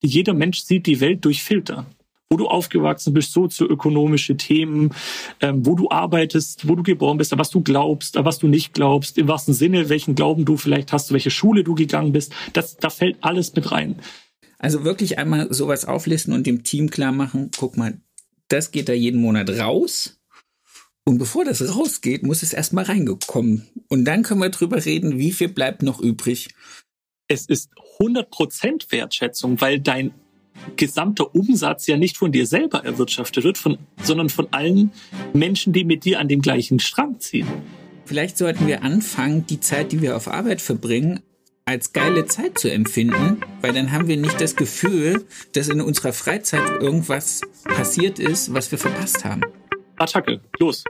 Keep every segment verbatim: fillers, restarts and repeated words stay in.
jeder Mensch sieht die Welt durch Filter. Wo du aufgewachsen bist, sozioökonomische Themen, ähm, wo du arbeitest, wo du geboren bist, was du glaubst, was du nicht glaubst, im wahrsten Sinne, welchen Glauben du vielleicht hast, welche Schule du gegangen bist, das, da fällt alles mit rein. Also wirklich einmal sowas auflisten und dem Team klar machen, guck mal, das geht da jeden Monat raus und bevor das rausgeht, muss es erstmal reingekommen. Und dann können wir drüber reden, wie viel bleibt noch übrig. Es ist hundert Prozent Wertschätzung, weil dein gesamter Umsatz ja nicht von dir selber erwirtschaftet wird, von, sondern von allen Menschen, die mit dir an dem gleichen Strang ziehen. Vielleicht sollten wir anfangen, die Zeit, die wir auf Arbeit verbringen, als geile Zeit zu empfinden, weil dann haben wir nicht das Gefühl, dass in unserer Freizeit irgendwas passiert ist, was wir verpasst haben. Attacke, los!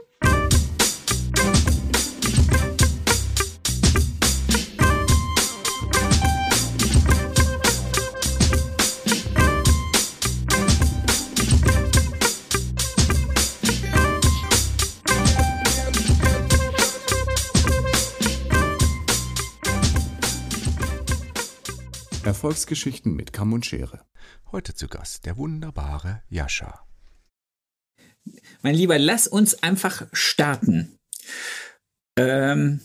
Erfolgsgeschichten mit Kamm und Schere. Heute zu Gast der wunderbare Jascha. Mein Lieber, lass uns einfach starten. Ähm,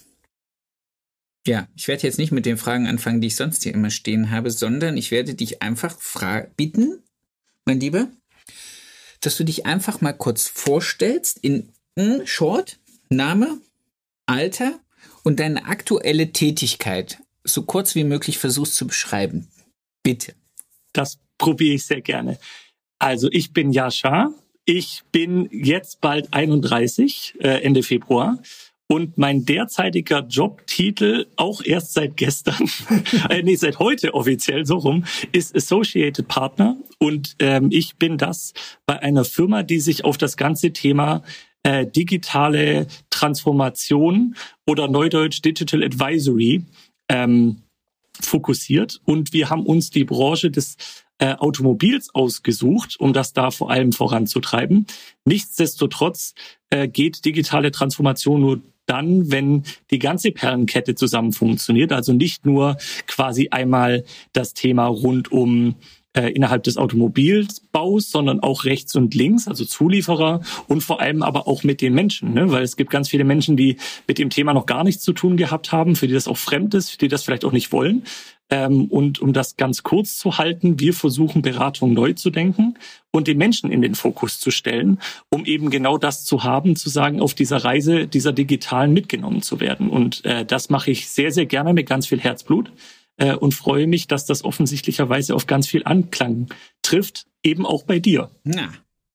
ja, ich werde jetzt nicht mit den Fragen anfangen, die ich sonst hier immer stehen habe, sondern ich werde dich einfach fra- bitten, mein Lieber, dass du dich einfach mal kurz vorstellst in mm, Short, Name, Alter und deine aktuelle Tätigkeit so kurz wie möglich versuchst zu beschreiben. Bitte. Das probiere ich sehr gerne. Also ich bin Jascha. Ich bin jetzt bald einunddreißig, äh, Ende Februar. Und mein derzeitiger Jobtitel, auch erst seit gestern, äh, nee, seit heute offiziell so rum, ist Associated Partner. Und ähm, ich bin das bei einer Firma, die sich auf das ganze Thema äh, digitale Transformation oder Neudeutsch Digital Advisory Ähm, fokussiert, und wir haben uns die Branche des äh, Automobils ausgesucht, um das da vor allem voranzutreiben. Nichtsdestotrotz äh, geht digitale Transformation nur dann, wenn die ganze Perlenkette zusammen funktioniert, also nicht nur quasi einmal das Thema rund um äh, innerhalb des Automobilbaus, sondern auch rechts und links, also Zulieferer, und vor allem aber auch mit den Menschen, ne? Weil es gibt ganz viele Menschen, die mit dem Thema noch gar nichts zu tun gehabt haben, für die das auch fremd ist, für die das vielleicht auch nicht wollen. Ähm, und um das ganz kurz zu halten, wir versuchen, Beratung neu zu denken und den Menschen in den Fokus zu stellen, um eben genau das zu haben, zu sagen, auf dieser Reise dieser digitalen mitgenommen zu werden. Und äh, das mache ich sehr, sehr gerne mit ganz viel Herzblut. Und freue mich, dass das offensichtlicherweise auf ganz viel Anklang trifft, eben auch bei dir. Na,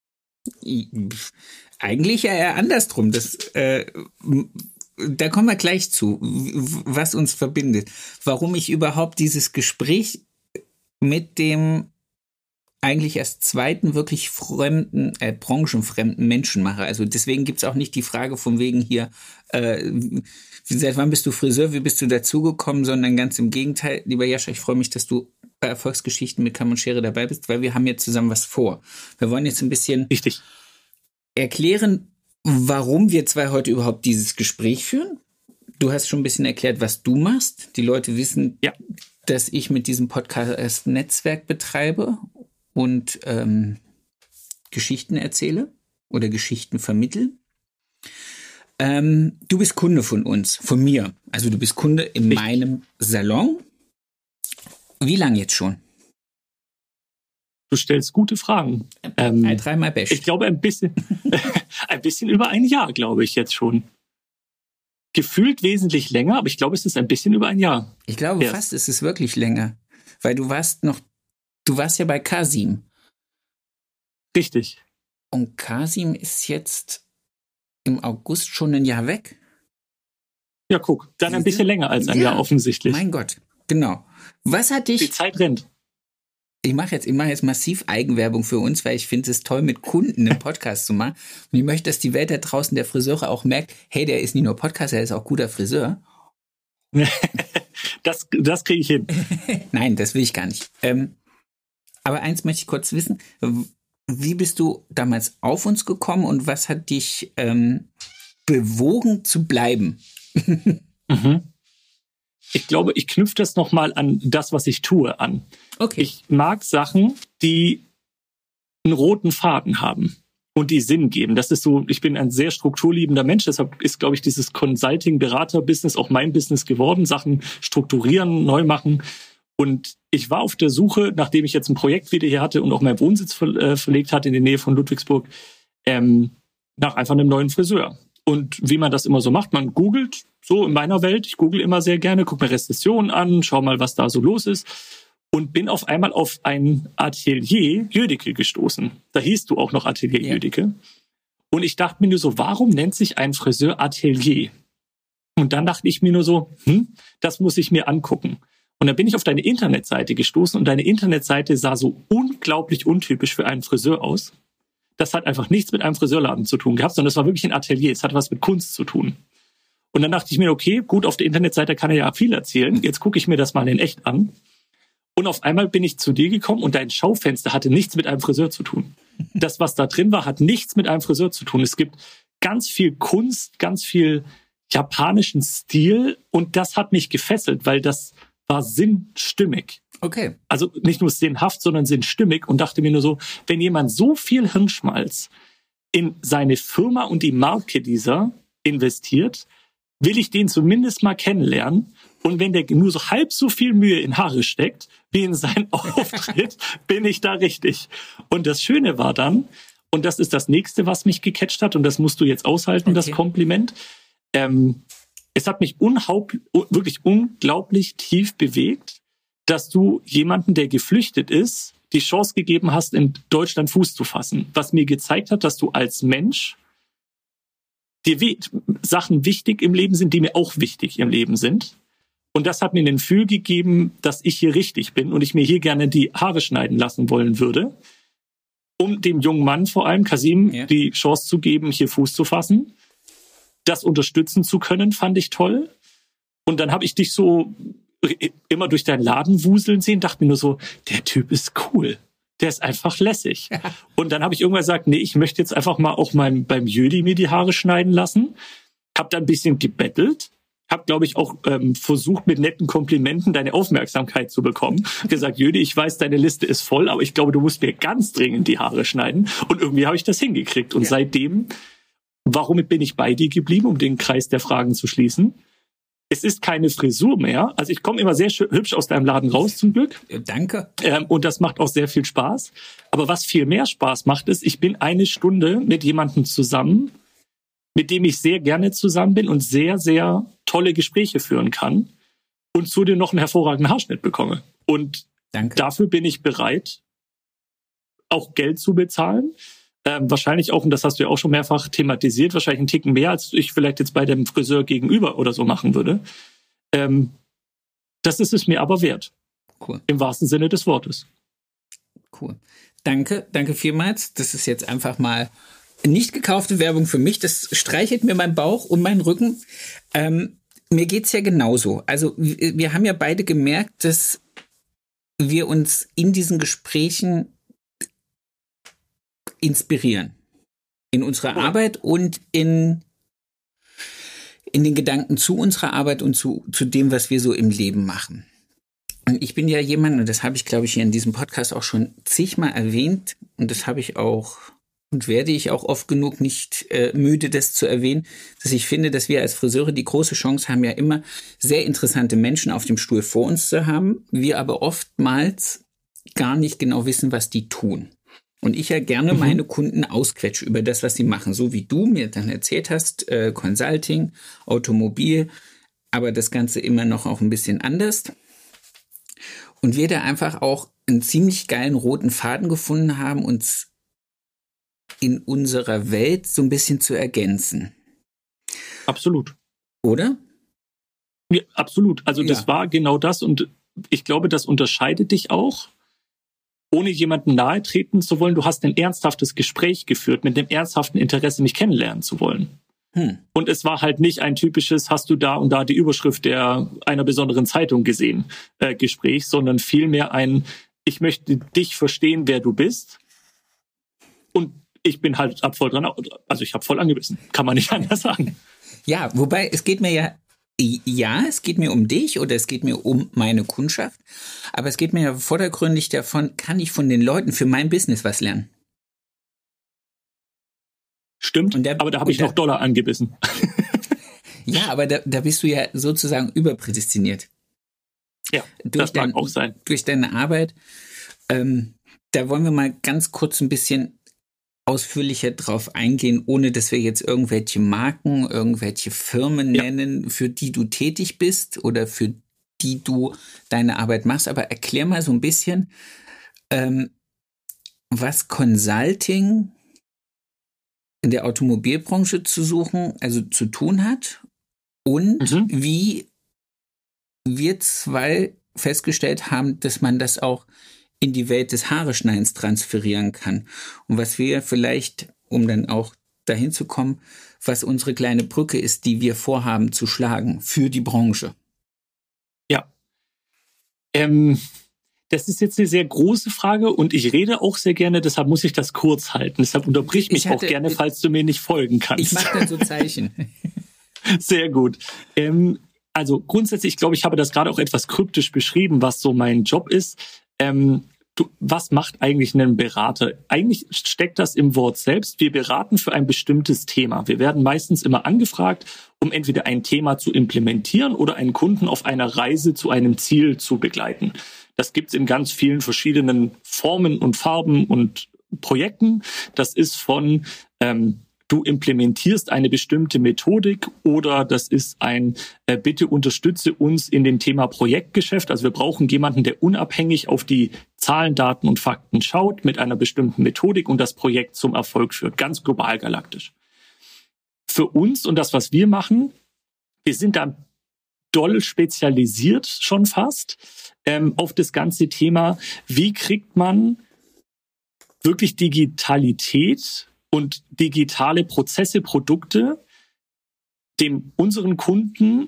eigentlich ja eher andersrum. Das, äh, da kommen wir gleich zu, was uns verbindet. Warum ich überhaupt dieses Gespräch mit dem eigentlich erst zweiten wirklich fremden, äh, branchenfremden Menschen mache. Also deswegen gibt's auch nicht die Frage von wegen hier, äh, seit wann bist du Friseur, wie bist du dazugekommen, sondern ganz im Gegenteil. Lieber Jascha, ich freue mich, dass du bei Erfolgsgeschichten mit Kamm und Schere dabei bist, weil wir haben jetzt zusammen was vor. Wir wollen jetzt ein bisschen Richtig. erklären, warum wir zwei heute überhaupt dieses Gespräch führen. Du hast schon ein bisschen erklärt, was du machst. Die Leute wissen, ja, dass ich mit diesem Podcast Netzwerk betreibe und ähm, Geschichten erzähle oder Geschichten vermittle. Ähm, du bist Kunde von uns, von mir. Also du bist Kunde in Richtig. meinem Salon. Wie lange jetzt schon? Du stellst gute Fragen. Ähm, ein, dreimal best. Ich glaube ein bisschen, ein bisschen über ein Jahr, glaube ich jetzt schon. Gefühlt wesentlich länger, aber ich glaube, es ist ein bisschen über ein Jahr. Ich glaube Erst. fast, es ist wirklich länger. Weil du warst noch, du warst ja bei Kasim. Richtig. Und Kasim ist jetzt im August schon ein Jahr weg. Ja, guck, dann ein bisschen länger als ein ja, Jahr offensichtlich. Mein Gott, genau. Was hat dich... Die Zeit rennt. Ich mache jetzt, ich mache jetzt massiv Eigenwerbung für uns, weil ich finde es toll, mit Kunden einen Podcast zu machen. Und ich möchte, dass die Welt da draußen der Friseure auch merkt, hey, der ist nicht nur Podcaster, der ist auch guter Friseur. das das kriege ich hin. Nein, das will ich gar nicht. Ähm, aber eins möchte ich kurz wissen. Wie bist du damals auf uns gekommen und was hat dich ähm, bewogen zu bleiben? mhm. Ich glaube, ich knüpfe das nochmal an das, was ich tue, an. Okay. Ich mag Sachen, die einen roten Faden haben und die Sinn geben. Das ist so, ich bin ein sehr strukturliebender Mensch, deshalb ist, glaube ich, dieses Consulting-Berater-Business auch mein Business geworden, Sachen strukturieren, neu machen. Und ich war auf der Suche, nachdem ich jetzt ein Projekt wieder hier hatte und auch meinen Wohnsitz ver- äh, verlegt hatte in der Nähe von Ludwigsburg, ähm, nach einfach einem neuen Friseur. Und wie man das immer so macht, man googelt, so in meiner Welt, ich google immer sehr gerne, gucke mir Rezessionen an, schau mal, was da so los ist. Und bin auf einmal auf ein Atelier Jödicke gestoßen. Da hieß du auch noch Atelier ja. Jödicke. Und ich dachte mir nur so, warum nennt sich ein Friseur Atelier? Und dann dachte ich mir nur so, hm, das muss ich mir angucken. Und dann bin ich auf deine Internetseite gestoßen und deine Internetseite sah so unglaublich untypisch für einen Friseur aus. Das hat einfach nichts mit einem Friseurladen zu tun gehabt, sondern es war wirklich ein Atelier. Es hat was mit Kunst zu tun. Und dann dachte ich mir, okay, gut, auf der Internetseite kann er ja viel erzählen. Jetzt gucke ich mir das mal in echt an. Und auf einmal bin ich zu dir gekommen und dein Schaufenster hatte nichts mit einem Friseur zu tun. Das, was da drin war, hat nichts mit einem Friseur zu tun. Es gibt ganz viel Kunst, ganz viel japanischen Stil und das hat mich gefesselt, weil das war sinnstimmig. Okay. Also nicht nur sinnhaft, sondern sinnstimmig und dachte mir nur so, wenn jemand so viel Hirnschmalz in seine Firma und die Marke dieser investiert, will ich den zumindest mal kennenlernen. Und wenn der nur so halb so viel Mühe in Haare steckt, wie in seinen Auftritt, bin ich da richtig. Und das Schöne war dann, und das ist das Nächste, was mich gecatcht hat, und das musst du jetzt aushalten, okay. Das Kompliment. Ähm, es hat mich unhaupt, wirklich unglaublich tief bewegt, dass du jemanden, der geflüchtet ist, die Chance gegeben hast, in Deutschland Fuß zu fassen. Was mir gezeigt hat, dass du als Mensch dir we- Sachen wichtig im Leben sind, die mir auch wichtig im Leben sind. Und das hat mir den Gefühl gegeben, dass ich hier richtig bin und ich mir hier gerne die Haare schneiden lassen wollen würde, um dem jungen Mann, vor allem Kasim, ja. die Chance zu geben, hier Fuß zu fassen. Das unterstützen zu können, fand ich toll. Und dann habe ich dich so immer durch deinen Laden wuseln sehen, dachte mir nur so, der Typ ist cool. Der ist einfach lässig. Ja. Und dann habe ich irgendwann gesagt, nee, ich möchte jetzt einfach mal auch mein, beim Jödi mir die Haare schneiden lassen. Hab da ein bisschen gebettelt. Hab, glaube ich, auch ähm, versucht, mit netten Komplimenten deine Aufmerksamkeit zu bekommen. Gesagt, Jödi, ich weiß, deine Liste ist voll, aber ich glaube, du musst mir ganz dringend die Haare schneiden. Und irgendwie habe ich das hingekriegt. Und ja. seitdem, warum bin ich bei dir geblieben, um den Kreis der Fragen zu schließen? Es ist keine Frisur mehr. Also ich komme immer sehr schön, hübsch aus deinem Laden raus, zum Glück. Danke. Ähm, und das macht auch sehr viel Spaß. Aber was viel mehr Spaß macht, ist, ich bin eine Stunde mit jemandem zusammen, mit dem ich sehr gerne zusammen bin und sehr, sehr tolle Gespräche führen kann und zudem noch einen hervorragenden Haarschnitt bekomme. Und Danke. Dafür bin ich bereit, auch Geld zu bezahlen. Ähm, wahrscheinlich auch, und das hast du ja auch schon mehrfach thematisiert, wahrscheinlich einen Ticken mehr, als ich vielleicht jetzt bei dem Friseur gegenüber oder so machen würde. Ähm, das ist es mir aber wert. Cool. Im wahrsten Sinne des Wortes. Cool. Danke, danke vielmals. Das ist jetzt einfach mal nicht gekaufte Werbung für mich. Das streichelt mir meinen Bauch und meinen Rücken. Ähm, mir geht's ja genauso. Also wir haben ja beide gemerkt, dass wir uns in diesen Gesprächen inspirieren. In unserer Arbeit und in, in den Gedanken zu unserer Arbeit und zu, zu dem, was wir so im Leben machen. Und ich bin ja jemand, und das habe ich, glaube ich, hier in diesem Podcast auch schon zigmal erwähnt, und das habe ich auch und werde ich auch oft genug nicht äh, müde, das zu erwähnen, dass ich finde, dass wir als Friseure die große Chance haben, ja immer sehr interessante Menschen auf dem Stuhl vor uns zu haben, wir aber oftmals gar nicht genau wissen, was die tun. Und ich ja gerne mhm. meine Kunden ausquetsche über das, was sie machen. So wie du mir dann erzählt hast, äh, Consulting, Automobil, aber das Ganze immer noch auch ein bisschen anders. Und wir da einfach auch einen ziemlich geilen roten Faden gefunden haben, uns in unserer Welt so ein bisschen zu ergänzen. Absolut. Oder? Ja, absolut. Also ja. Das war genau das. Und ich glaube, das unterscheidet dich auch, ohne jemanden nahe treten zu wollen. Du hast ein ernsthaftes Gespräch geführt, mit dem ernsthaften Interesse, mich kennenlernen zu wollen. Hm. Und es war halt nicht ein typisches, hast du da und da die Überschrift der einer besonderen Zeitung gesehen, äh, Gespräch, sondern vielmehr ein, ich möchte dich verstehen, wer du bist. Und ich bin halt ab voll dran, also ich habe voll angebissen, kann man nicht anders sagen. Ja, wobei es geht mir ja Ja, es geht mir um dich oder es geht mir um meine Kundschaft, aber es geht mir vordergründig davon, kann ich von den Leuten für mein Business was lernen? Stimmt, der, aber da habe ich noch Dollar angebissen. Ja, aber da, da bist du ja sozusagen überprädestiniert. Ja, durch das mag dein, auch sein. Durch deine Arbeit. Ähm, da wollen wir mal ganz kurz ein bisschen ausführlicher drauf eingehen, ohne dass wir jetzt irgendwelche Marken, irgendwelche Firmen ja. nennen, für die du tätig bist oder für die du deine Arbeit machst. Aber erklär mal so ein bisschen, ähm, was Consulting in der Automobilbranche zu suchen, also zu tun hat und mhm. wie wir zwei festgestellt haben, dass man das auch in die Welt des Haareschneidens transferieren kann. Und was wir vielleicht, um dann auch dahin zu kommen, was unsere kleine Brücke ist, die wir vorhaben zu schlagen für die Branche. Ja. Ähm, das ist jetzt eine sehr große Frage und ich rede auch sehr gerne, deshalb muss ich das kurz halten. Deshalb unterbrich mich hatte, auch gerne, falls du mir nicht folgen kannst. Ich mache dann so Zeichen. Sehr gut. Ähm, also grundsätzlich, ich glaube, ich habe das gerade auch etwas kryptisch beschrieben, was so mein Job ist. Ähm, du, was macht eigentlich ein Berater? Eigentlich steckt das im Wort selbst. Wir beraten für ein bestimmtes Thema. Wir werden meistens immer angefragt, um entweder ein Thema zu implementieren oder einen Kunden auf einer Reise zu einem Ziel zu begleiten. Das gibt's in ganz vielen verschiedenen Formen und Farben und Projekten. Das ist von ähm, du implementierst eine bestimmte Methodik oder das ist ein äh, bitte unterstütze uns in dem Thema Projektgeschäft. Also wir brauchen jemanden, der unabhängig auf die Zahlen, Daten und Fakten schaut mit einer bestimmten Methodik und das Projekt zum Erfolg führt, ganz global galaktisch. Für uns und das, was wir machen, wir sind da doll spezialisiert schon fast ähm, auf das ganze Thema, wie kriegt man wirklich Digitalität und digitale Prozesse, Produkte dem unseren Kunden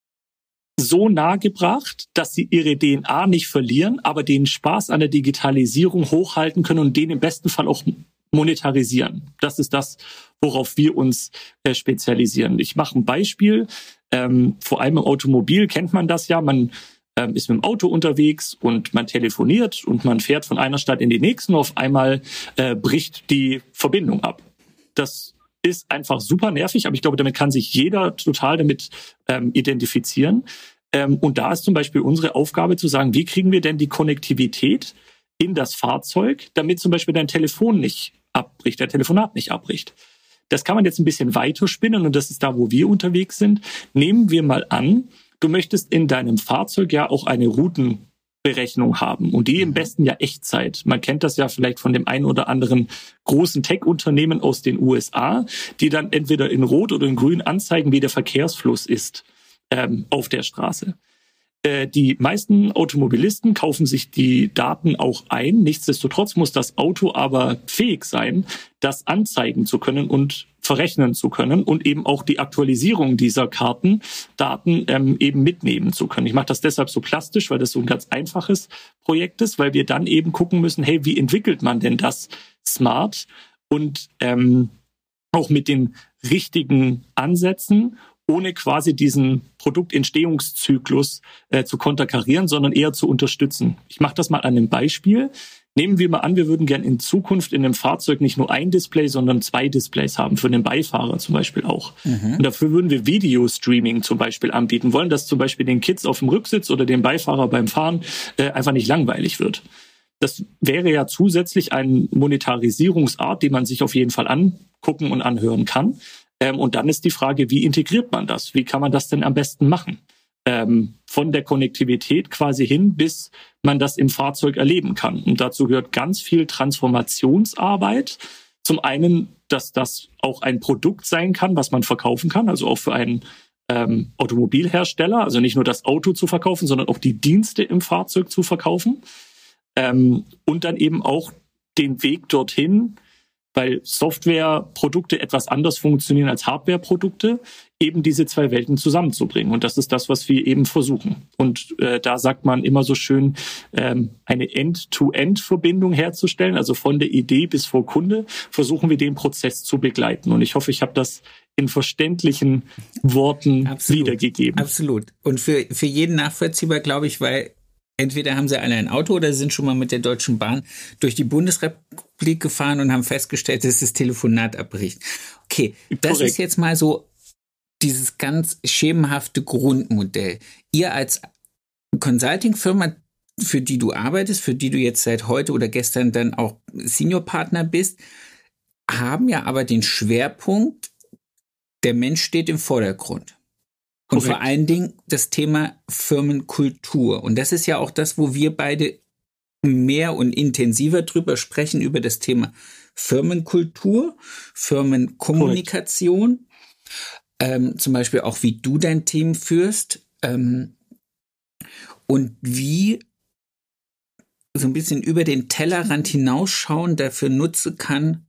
so nahegebracht, dass sie ihre D N A nicht verlieren, aber den Spaß an der Digitalisierung hochhalten können und den im besten Fall auch monetarisieren. Das ist das, worauf wir uns äh, spezialisieren. Ich mache ein Beispiel. Ähm, vor allem im Automobil kennt man das ja. Man ähm, ist mit dem Auto unterwegs und man telefoniert und man fährt von einer Stadt in die nächste und auf einmal äh, bricht die Verbindung ab. Das ist einfach super nervig, aber ich glaube, damit kann sich jeder total damit ähm, identifizieren. Ähm, und da ist zum Beispiel unsere Aufgabe zu sagen, wie kriegen wir denn die Konnektivität in das Fahrzeug, damit zum Beispiel dein Telefon nicht abbricht, der Telefonat nicht abbricht. Das kann man jetzt ein bisschen weiter spinnen und das ist da, wo wir unterwegs sind. Nehmen wir mal an, du möchtest in deinem Fahrzeug ja auch eine Routenberechnung haben und die im besten ja Echtzeit. Man kennt das ja vielleicht von dem einen oder anderen großen Tech-Unternehmen aus den U S A, die dann entweder in Rot oder in Grün anzeigen, wie der Verkehrsfluss ist ähm, auf der Straße. Die meisten Automobilisten kaufen sich die Daten auch ein. Nichtsdestotrotz muss das Auto aber fähig sein, das anzeigen zu können und verrechnen zu können und eben auch die Aktualisierung dieser Kartendaten ähm, eben mitnehmen zu können. Ich mache das deshalb so plastisch, weil das so ein ganz einfaches Projekt ist, weil wir dann eben gucken müssen, hey, wie entwickelt man denn das smart und ähm, auch mit den richtigen Ansätzen, ohne quasi diesen Produktentstehungszyklus äh, zu konterkarieren, sondern eher zu unterstützen. Ich mache das mal an einem Beispiel. Nehmen wir mal an, wir würden gern in Zukunft in einem Fahrzeug nicht nur ein Display, sondern zwei Displays haben, für den Beifahrer zum Beispiel auch. Mhm. Und dafür würden wir Video-Streaming zum Beispiel anbieten wollen, dass zum Beispiel den Kids auf dem Rücksitz oder dem Beifahrer beim Fahren äh, einfach nicht langweilig wird. Das wäre ja zusätzlich eine Monetarisierungsart, die man sich auf jeden Fall angucken und anhören kann. Ähm, und dann ist die Frage, wie integriert man das? Wie kann man das denn am besten machen? Ähm, von der Konnektivität quasi hin, bis man das im Fahrzeug erleben kann. Und dazu gehört ganz viel Transformationsarbeit. Zum einen, dass das auch ein Produkt sein kann, was man verkaufen kann, also auch für einen ähm, Automobilhersteller. Also nicht nur das Auto zu verkaufen, sondern auch die Dienste im Fahrzeug zu verkaufen. Ähm, und dann eben auch den Weg dorthin, weil Softwareprodukte etwas anders funktionieren als Hardwareprodukte, eben diese zwei Welten zusammenzubringen. Und das ist das, was wir eben versuchen. Und äh, da sagt man immer so schön, ähm, eine End-to-End-Verbindung herzustellen, also von der Idee bis vor Kunde, versuchen wir den Prozess zu begleiten. Und ich hoffe, ich habe das in verständlichen Worten Absolut. wiedergegeben. Absolut. Und für, für jeden nachvollziehbar, glaube ich, weil entweder haben sie alle ein Auto oder sind schon mal mit der Deutschen Bahn durch die Bundesrepublik gefahren und haben festgestellt, dass das Telefonat abbricht. Okay, das Korrekt. ist jetzt mal so dieses ganz schemenhafte Grundmodell. Ihr als Consulting-Firma, für die du arbeitest, für die du jetzt seit heute oder gestern dann auch Senior-Partner bist, haben ja aber den Schwerpunkt, der Mensch steht im Vordergrund. Und Korrekt. vor allen Dingen das Thema Firmenkultur. Und das ist ja auch das, wo wir beide mehr und intensiver drüber sprechen, über das Thema Firmenkultur, Firmenkommunikation, ähm, zum Beispiel auch, wie du dein Team führst, ähm, und wie so ein bisschen über den Tellerrand hinausschauen dafür nutzen kann,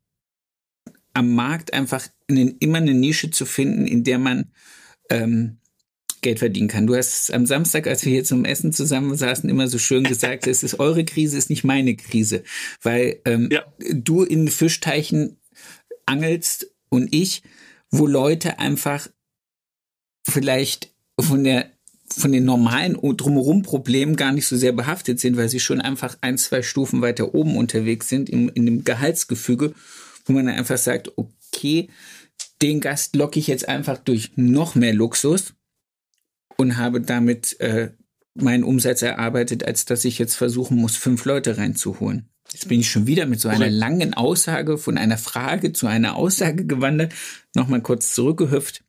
am Markt einfach in, immer eine Nische zu finden, in der man ähm, Geld verdienen kann. Du hast am Samstag, als wir hier zum Essen zusammen saßen, immer so schön gesagt, es ist eure Krise, ist nicht meine Krise. Weil ähm, ja. du in Fischteichen angelst und ich, wo Leute einfach vielleicht von der von den normalen drumherum Problemen gar nicht so sehr behaftet sind, weil sie schon einfach ein, zwei Stufen weiter oben unterwegs sind in, in dem Gehaltsgefüge, wo man dann einfach sagt, okay, den Gast locke ich jetzt einfach durch noch mehr Luxus und habe damit äh, meinen Umsatz erarbeitet, als dass ich jetzt versuchen muss, fünf Leute reinzuholen. Jetzt bin ich schon wieder mit so einer langen Aussage von einer Frage zu einer Aussage gewandert. Nochmal kurz zurückgehüpft.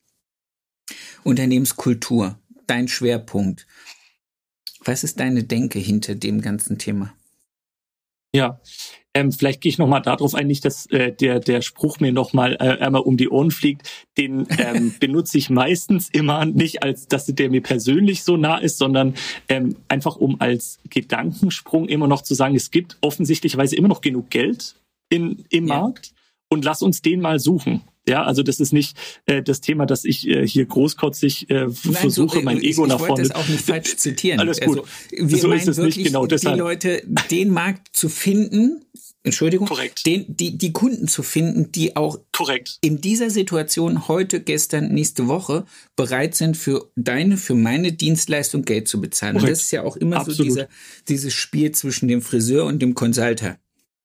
Unternehmenskultur, dein Schwerpunkt. Was ist deine Denke hinter dem ganzen Thema? Ja, ähm, vielleicht gehe ich nochmal darauf ein, nicht, dass äh, der der Spruch mir nochmal äh, einmal um die Ohren fliegt. Den ähm, benutze ich meistens immer nicht, als dass der mir persönlich so nah ist, sondern ähm, einfach um als Gedankensprung immer noch zu sagen, es gibt offensichtlicherweise immer noch genug Geld in, im ja. Markt und lass uns den mal suchen. Ja, also das ist nicht äh, das Thema, dass ich äh, hier großkotzig äh, Nein, versuche, so, mein ich, Ego ich nach vorne. Ich wollte das auch nicht falsch zitieren. Alles gut. Also, wir so meinen ist es wirklich, nicht genau. die Deshalb. Leute, den Markt zu finden, Entschuldigung, Korrekt. Den, die, die Kunden zu finden, die auch Korrekt. in dieser Situation heute, gestern, nächste Woche bereit sind, für deine, für meine Dienstleistung Geld zu bezahlen. Korrekt. Und das ist ja auch immer Absolut. so dieser, dieses Spiel zwischen dem Friseur und dem Consulter.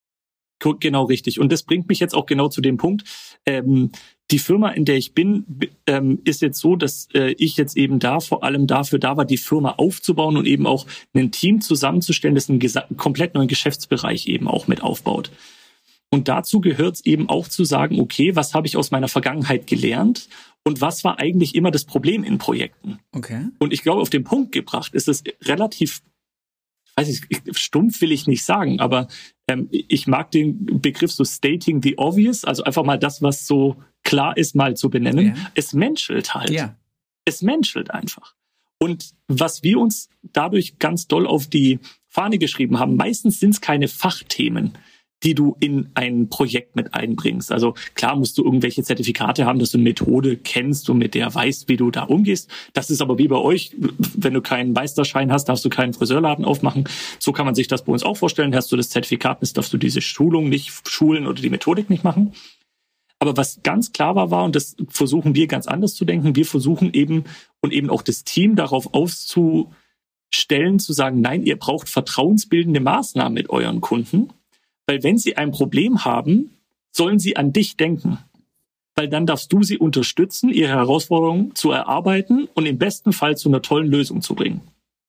Genau, richtig. Und das bringt mich jetzt auch genau zu dem Punkt. Ähm, die Firma, in der ich bin, ähm, ist jetzt so, dass äh, ich jetzt eben da vor allem dafür da war, die Firma aufzubauen und eben auch ein Team zusammenzustellen, das einen gesa- komplett neuen Geschäftsbereich eben auch mit aufbaut. Und dazu gehört es eben auch zu sagen, okay, was habe ich aus meiner Vergangenheit gelernt und was war eigentlich immer das Problem in Projekten? Okay. Und ich glaube, auf den Punkt gebracht ist es relativ, weiß ich, stumpf will ich nicht sagen, aber ähm, ich mag den Begriff so stating the obvious, also einfach mal das, was so klar ist, mal zu benennen. Ja. Es menschelt halt. Ja. Es menschelt einfach. Und was wir uns dadurch ganz doll auf die Fahne geschrieben haben, meistens sind es keine Fachthemen, die du in ein Projekt mit einbringst. Also klar musst du irgendwelche Zertifikate haben, dass du eine Methode kennst und mit der weißt, wie du da umgehst. Das ist aber wie bei euch, wenn du keinen Meisterschein hast, darfst du keinen Friseurladen aufmachen. So kann man sich das bei uns auch vorstellen. Hast du das Zertifikat, darfst du diese Schulung nicht schulen oder die Methodik nicht machen. Aber was ganz klar war, war, und das versuchen wir ganz anders zu denken, wir versuchen eben und eben auch das Team darauf auszustellen, zu sagen, nein, ihr braucht vertrauensbildende Maßnahmen mit euren Kunden. Weil wenn sie ein Problem haben, sollen sie an dich denken. Weil dann darfst du sie unterstützen, ihre Herausforderungen zu erarbeiten und im besten Fall zu einer tollen Lösung zu bringen.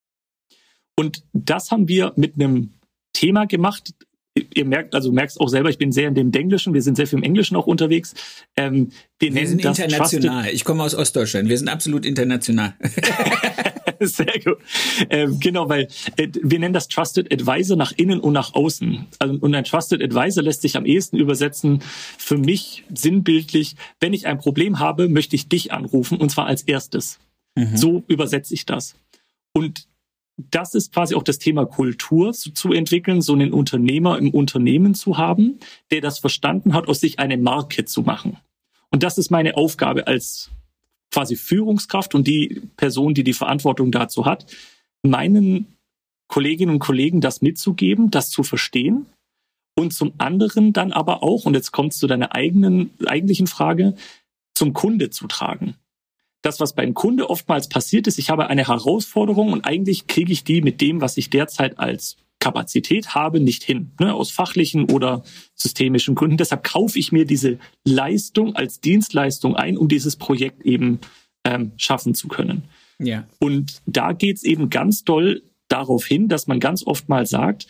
Und das haben wir mit einem Thema gemacht. Ihr merkt, also merkst auch selber, ich bin sehr in dem Englischen, wir sind sehr viel im Englischen auch unterwegs. Ähm, wir, wir sind das international. Trusted. Ich komme aus Ostdeutschland. Wir sind absolut international. Sehr gut. Ähm, genau, weil äh, wir nennen das Trusted Advisor nach innen und nach außen. Also, und ein Trusted Advisor lässt sich am ehesten übersetzen, für mich sinnbildlich, wenn ich ein Problem habe, möchte ich dich anrufen und zwar als erstes. Mhm. So übersetze ich das. Und das ist quasi auch das Thema Kultur zu, zu entwickeln, so einen Unternehmer im Unternehmen zu haben, der das verstanden hat, aus sich eine Marke zu machen. Und das ist meine Aufgabe als quasi Führungskraft und die Person, die die Verantwortung dazu hat, meinen Kolleginnen und Kollegen das mitzugeben, das zu verstehen und zum anderen dann aber auch, und jetzt kommt es zu deiner eigenen eigentlichen Frage, zum Kunde zu tragen. Das, was beim Kunde oftmals passiert ist, ich habe eine Herausforderung und eigentlich kriege ich die mit dem, was ich derzeit als Kapazität habe, nicht hin, ne, aus fachlichen oder systemischen Gründen. Deshalb kaufe ich mir diese Leistung als Dienstleistung ein, um dieses Projekt eben ähm, schaffen zu können. Ja. Und da geht's eben ganz doll darauf hin, dass man ganz oft mal sagt,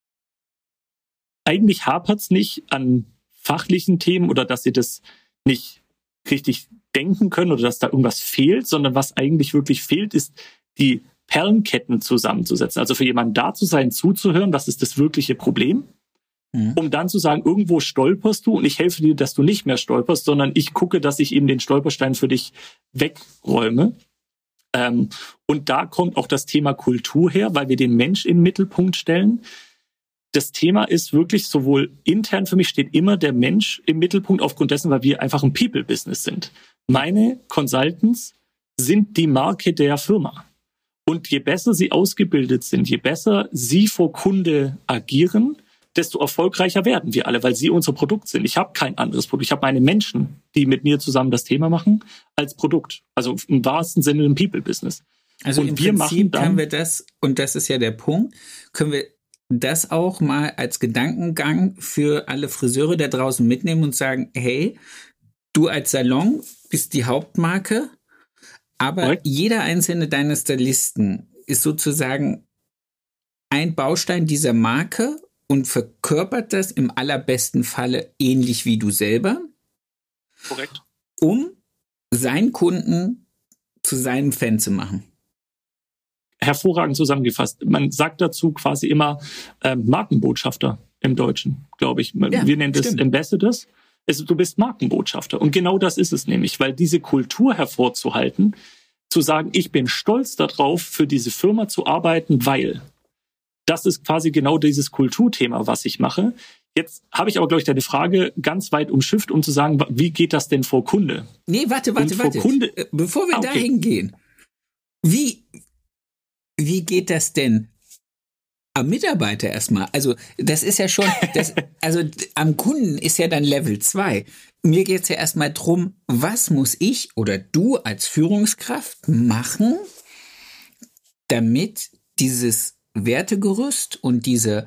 eigentlich hapert's nicht an fachlichen Themen oder dass sie das nicht richtig denken können oder dass da irgendwas fehlt, sondern was eigentlich wirklich fehlt, ist die Perlenketten zusammenzusetzen. Also für jemanden da zu sein, zuzuhören, was ist das wirkliche Problem, mhm. um dann zu sagen, irgendwo stolperst du und ich helfe dir, dass du nicht mehr stolperst, sondern ich gucke, dass ich eben den Stolperstein für dich wegräume. Ähm, und da kommt auch das Thema Kultur her, weil wir den Mensch in den Mittelpunkt stellen. Das Thema ist wirklich sowohl intern, für mich steht immer der Mensch im Mittelpunkt aufgrund dessen, weil wir einfach ein People-Business sind. Meine Consultants sind die Marke der Firma. Und je besser sie ausgebildet sind, je besser sie vor Kunde agieren, desto erfolgreicher werden wir alle, weil sie unser Produkt sind. Ich habe kein anderes Produkt. Ich habe meine Menschen, die mit mir zusammen das Thema machen, als Produkt. Also im wahrsten Sinne ein People-Business. Also und im wir Prinzip dann, können wir das, und das ist ja der Punkt, können wir das auch mal als Gedankengang für alle Friseure da draußen mitnehmen und sagen, hey, du als Salon bist die Hauptmarke, aber Correct. Jeder einzelne deiner Stylisten ist sozusagen ein Baustein dieser Marke und verkörpert das im allerbesten Falle ähnlich wie du selber. Korrekt. Um seinen Kunden zu seinem Fan zu machen. Hervorragend zusammengefasst. Man sagt dazu quasi immer äh, Markenbotschafter im Deutschen, glaube ich. Ja, wir nennen das stimmt. Ambassadors. Es, du bist Markenbotschafter. Und genau das ist es nämlich, weil diese Kultur hervorzuhalten, zu sagen, ich bin stolz darauf, für diese Firma zu arbeiten, weil das ist quasi genau dieses Kulturthema, was ich mache. Jetzt habe ich aber, glaube ich, deine Frage ganz weit umschifft, um zu sagen, wie geht das denn vor Kunde? Nee, warte, warte, Und vor warte. Kunde, Bevor wir ah, okay. dahin gehen, wie, wie geht das denn am Mitarbeiter erstmal? Also das ist ja schon, das, also am Kunden ist ja dann Level zwei. Mir geht es ja erstmal drum, was muss ich oder du als Führungskraft machen, damit dieses Wertegerüst und diese,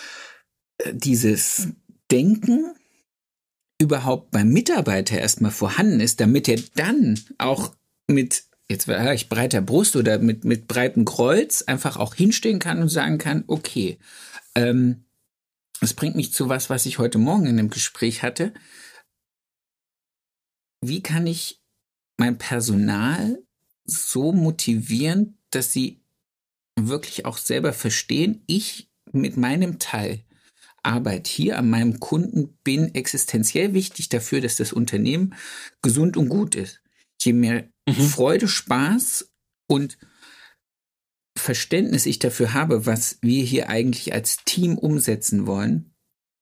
dieses Denken überhaupt beim Mitarbeiter erstmal vorhanden ist, damit er dann auch mit, jetzt war ich breiter Brust oder mit, mit breitem Kreuz einfach auch hinstehen kann und sagen kann, okay, ähm, das bringt mich zu was, was ich heute Morgen in einem Gespräch hatte. Wie kann ich mein Personal so motivieren, dass sie wirklich auch selber verstehen, ich mit meinem Teil Arbeit hier an meinem Kunden bin existenziell wichtig dafür, dass das Unternehmen gesund und gut ist. Je mehr mhm. Freude, Spaß und Verständnis ich dafür habe, was wir hier eigentlich als Team umsetzen wollen,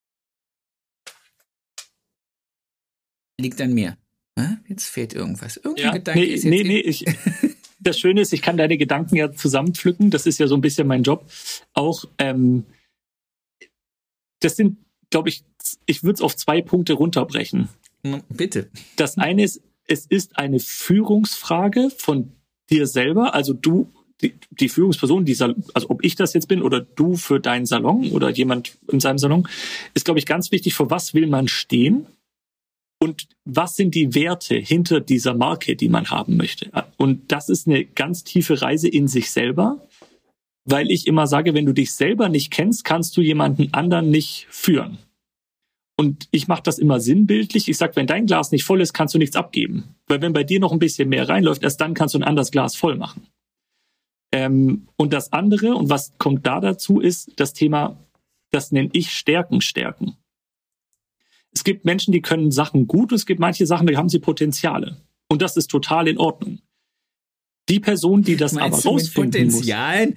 liegt an mir. Jetzt fehlt irgendwas. Irgendein ja, Gedanke nee, ist jetzt nee, nee, ich, das Schöne ist, ich kann deine Gedanken ja zusammenpflücken. Das ist ja so ein bisschen mein Job. Auch, ähm, das sind, glaube ich, ich würde es auf zwei Punkte runterbrechen. Bitte. Das eine ist, es ist eine Führungsfrage von dir selber. Also du, die, die Führungsperson, die Sal- also ob ich das jetzt bin oder du für deinen Salon oder jemand in seinem Salon, ist, glaube ich, ganz wichtig, für was will man stehen? Und was sind die Werte hinter dieser Marke, die man haben möchte? Und das ist eine ganz tiefe Reise in sich selber, weil ich immer sage, wenn du dich selber nicht kennst, kannst du jemanden anderen nicht führen. Und ich mache das immer sinnbildlich. Ich sage, wenn dein Glas nicht voll ist, kannst du nichts abgeben. Weil wenn bei dir noch ein bisschen mehr reinläuft, erst dann kannst du ein anderes Glas voll machen. Ähm, und das andere, und was kommt da dazu, ist das Thema, das nenne ich Stärken stärken. Es gibt Menschen, die können Sachen gut und es gibt manche Sachen, da haben sie Potenziale. Und das ist total in Ordnung. Die Person, die das meinst aber du rausfinden mit Potenzialen?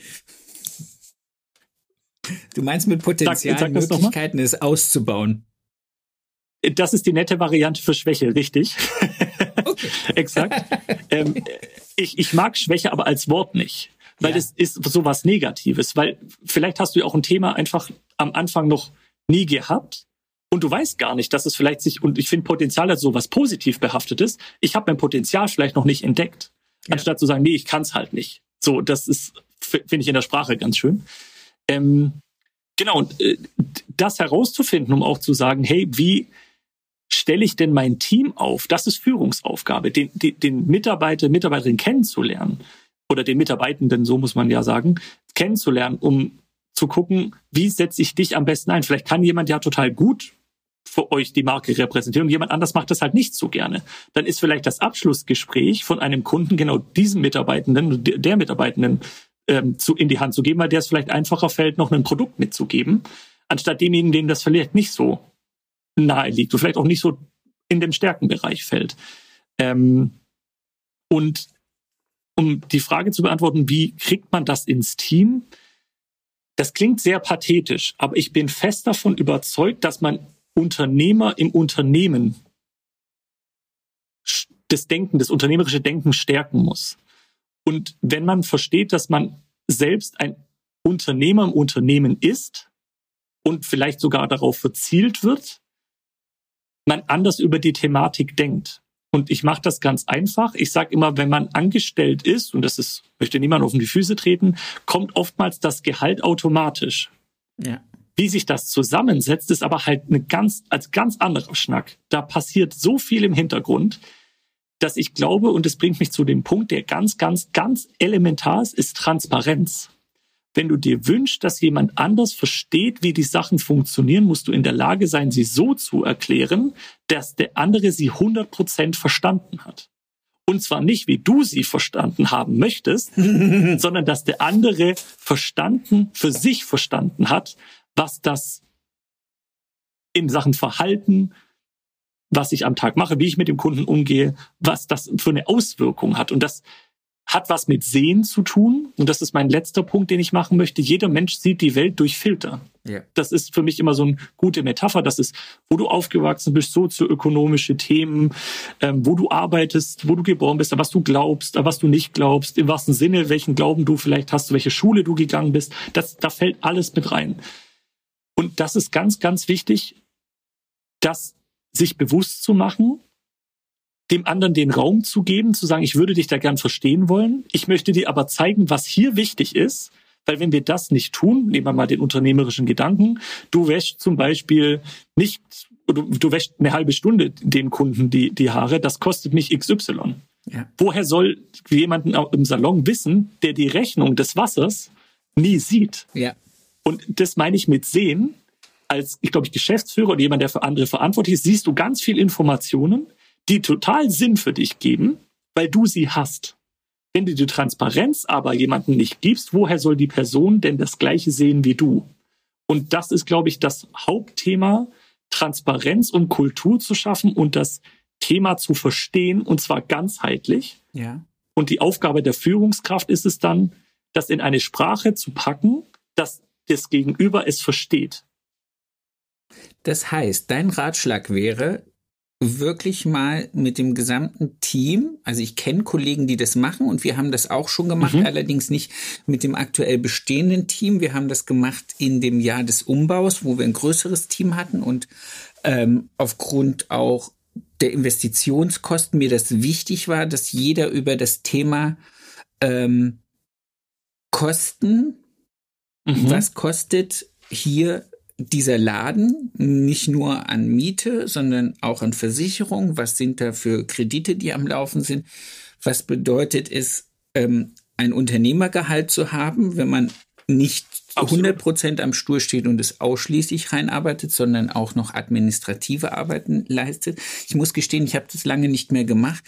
Muss. Du meinst mit Potenzialen, sag, sag Möglichkeiten, es auszubauen. Das ist die nette Variante für Schwäche, richtig. Okay. Exakt. ähm, ich, ich mag Schwäche aber als Wort nicht, weil ja. das ist sowas Negatives. Weil vielleicht hast du ja auch ein Thema einfach am Anfang noch nie gehabt. Und du weißt gar nicht, dass es vielleicht sich, und ich finde Potenzial als so was positiv behaftetes, ich habe mein Potenzial vielleicht noch nicht entdeckt. Ja. Anstatt zu sagen, nee, ich kann es halt nicht. So, das ist, finde ich in der Sprache ganz schön. Ähm, genau, und äh, das herauszufinden, um auch zu sagen, hey, wie stelle ich denn mein Team auf? Das ist Führungsaufgabe, den, den, den Mitarbeiter, Mitarbeiterin kennenzulernen oder den Mitarbeitenden, so muss man ja sagen, kennenzulernen, um zu gucken, wie setze ich dich am besten ein? Vielleicht kann jemand ja total gut für euch die Marke repräsentieren und jemand anders macht das halt nicht so gerne. Dann ist vielleicht das Abschlussgespräch von einem Kunden genau diesem Mitarbeitenden, der Mitarbeitenden ähm, zu, in die Hand zu geben, weil der es vielleicht einfacher fällt, noch ein Produkt mitzugeben, anstatt demjenigen, denen das vielleicht nicht so nahe liegt und vielleicht auch nicht so in den Stärkenbereich fällt. Ähm, und um die Frage zu beantworten, wie kriegt man das ins Team? Das klingt sehr pathetisch, aber ich bin fest davon überzeugt, dass man Unternehmer im Unternehmen das Denken, das unternehmerische Denken stärken muss. Und wenn man versteht, dass man selbst ein Unternehmer im Unternehmen ist und vielleicht sogar darauf verzielt wird, man anders über die Thematik denkt. Und ich mache das ganz einfach. Ich sage immer, wenn man angestellt ist, und das ist, möchte niemand auf die Füße treten, kommt oftmals das Gehalt automatisch. Ja. Wie sich das zusammensetzt, ist aber halt eine ganz, als ganz anderer Schnack. Da passiert so viel im Hintergrund, dass ich glaube, und das bringt mich zu dem Punkt, der ganz, ganz, ganz elementar ist, ist Transparenz. Wenn du dir wünschst, dass jemand anders versteht, wie die Sachen funktionieren, musst du in der Lage sein, sie so zu erklären, dass der andere sie hundert Prozent verstanden hat. Und zwar nicht, wie du sie verstanden haben möchtest, sondern dass der andere verstanden, für sich verstanden hat, was das in Sachen Verhalten, was ich am Tag mache, wie ich mit dem Kunden umgehe, was das für eine Auswirkung hat. Und das hat was mit Sehen zu tun. Und das ist mein letzter Punkt, den ich machen möchte. Jeder Mensch sieht die Welt durch Filter. Ja. Das ist für mich immer so eine gute Metapher. Das ist, wo du aufgewachsen bist, sozioökonomische Themen, ähm, wo du arbeitest, wo du geboren bist, was du glaubst, was du nicht glaubst, im wahrsten Sinne, welchen Glauben du vielleicht hast, welche Schule du gegangen bist. Das, da fällt alles mit rein. Und das ist ganz, ganz wichtig, das sich bewusst zu machen, dem anderen den Raum zu geben, zu sagen, ich würde dich da gern verstehen wollen. Ich möchte dir aber zeigen, was hier wichtig ist, weil wenn wir das nicht tun, nehmen wir mal den unternehmerischen Gedanken, du wäschst zum Beispiel nicht, du, du wäschst eine halbe Stunde den Kunden die, die Haare, das kostet mich X Y. Ja. Woher soll jemanden im Salon wissen, der die Rechnung des Wassers nie sieht? Ja. Und das meine ich mit sehen. Als, ich glaube, ich Geschäftsführer oder jemand, der für andere verantwortlich ist, siehst du ganz viel Informationen, die total Sinn für dich geben, weil du sie hast. Wenn du die Transparenz aber jemandem nicht gibst, woher soll die Person denn das Gleiche sehen wie du? Und das ist, glaube ich, das Hauptthema, Transparenz und Kultur zu schaffen und das Thema zu verstehen, und zwar ganzheitlich. Ja. Und die Aufgabe der Führungskraft ist es dann, das in eine Sprache zu packen, dass das Gegenüber es versteht. Das heißt, dein Ratschlag wäre, wirklich mal mit dem gesamten Team, also ich kenne Kollegen, die das machen und wir haben das auch schon gemacht, mhm. allerdings nicht mit dem aktuell bestehenden Team. Wir haben das gemacht in dem Jahr des Umbaus, wo wir ein größeres Team hatten und ähm, aufgrund auch der Investitionskosten mir das wichtig war, dass jeder über das Thema ähm, Kosten, mhm. was kostet hier dieser Laden, nicht nur an Miete, sondern auch an Versicherung. Was sind da für Kredite, die am Laufen sind? Was bedeutet es, ähm, ein Unternehmergehalt zu haben, wenn man nicht Absolut. hundert Prozent am Stuhl steht und es ausschließlich reinarbeitet, sondern auch noch administrative Arbeiten leistet? Ich muss gestehen, ich habe das lange nicht mehr gemacht,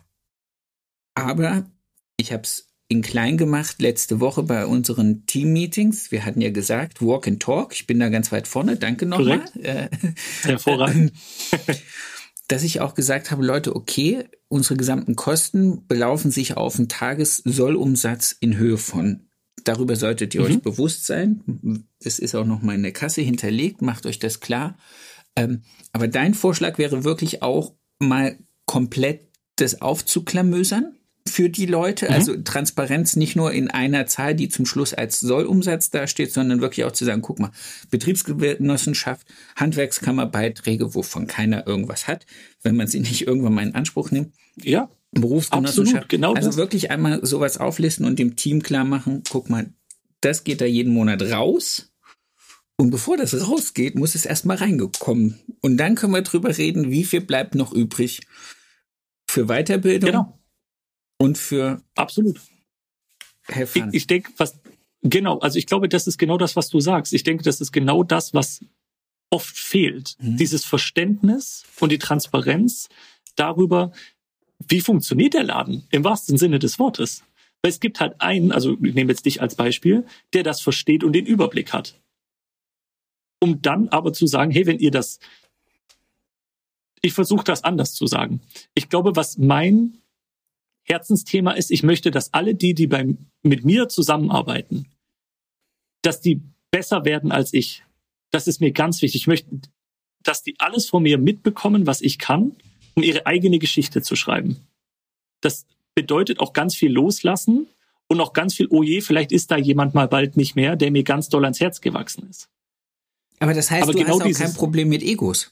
aber ich habe es in klein gemacht letzte Woche bei unseren Team-Meetings. Wir hatten ja gesagt, Walk and Talk. Ich bin da ganz weit vorne. Danke nochmal. Äh, Hervorragend. Dass ich auch gesagt habe, Leute, okay, unsere gesamten Kosten belaufen sich auf einen Tagessollumsatz in Höhe von. Darüber solltet ihr mhm. euch bewusst sein. Das ist auch nochmal in der Kasse hinterlegt. Macht euch das klar. Ähm, aber dein Vorschlag wäre wirklich auch mal komplett das aufzuklamösern. für die Leute, also mhm. Transparenz nicht nur in einer Zahl, die zum Schluss als Sollumsatz dasteht, sondern wirklich auch zu sagen, guck mal, Betriebsgenossenschaft, Handwerkskammerbeiträge, wovon keiner irgendwas hat, wenn man sie nicht irgendwann mal in Anspruch nimmt. Ja, Berufsgenossenschaft. absolut, genau also das. wirklich einmal sowas auflisten und dem Team klar machen, guck mal, das geht da jeden Monat raus. Und bevor das rausgeht, muss es erstmal reingekommen. Und dann können wir drüber reden, wie viel bleibt noch übrig für Weiterbildung. Genau. Und für absolut. Have fun. Ich, ich denke, was genau, also ich glaube, das ist genau das, was du sagst. Ich denke, das ist genau das, was oft fehlt. Mhm. Dieses Verständnis und die Transparenz darüber, wie funktioniert der Laden im wahrsten Sinne des Wortes. Weil es gibt halt einen, also ich nehme jetzt dich als Beispiel, der das versteht und den Überblick hat. Um dann aber zu sagen, hey, wenn ihr das, ich versuche das anders zu sagen. Ich glaube, was mein Herzensthema ist, ich möchte, dass alle die, die beim, mit mir zusammenarbeiten, dass die besser werden als ich. Das ist mir ganz wichtig. Ich möchte, dass die alles von mir mitbekommen, was ich kann, um ihre eigene Geschichte zu schreiben. Das bedeutet auch ganz viel loslassen und auch ganz viel, oh je, vielleicht ist da jemand mal bald nicht mehr, der mir ganz doll ans Herz gewachsen ist. Aber das heißt, Aber du genau hast auch dieses, kein Problem mit Egos.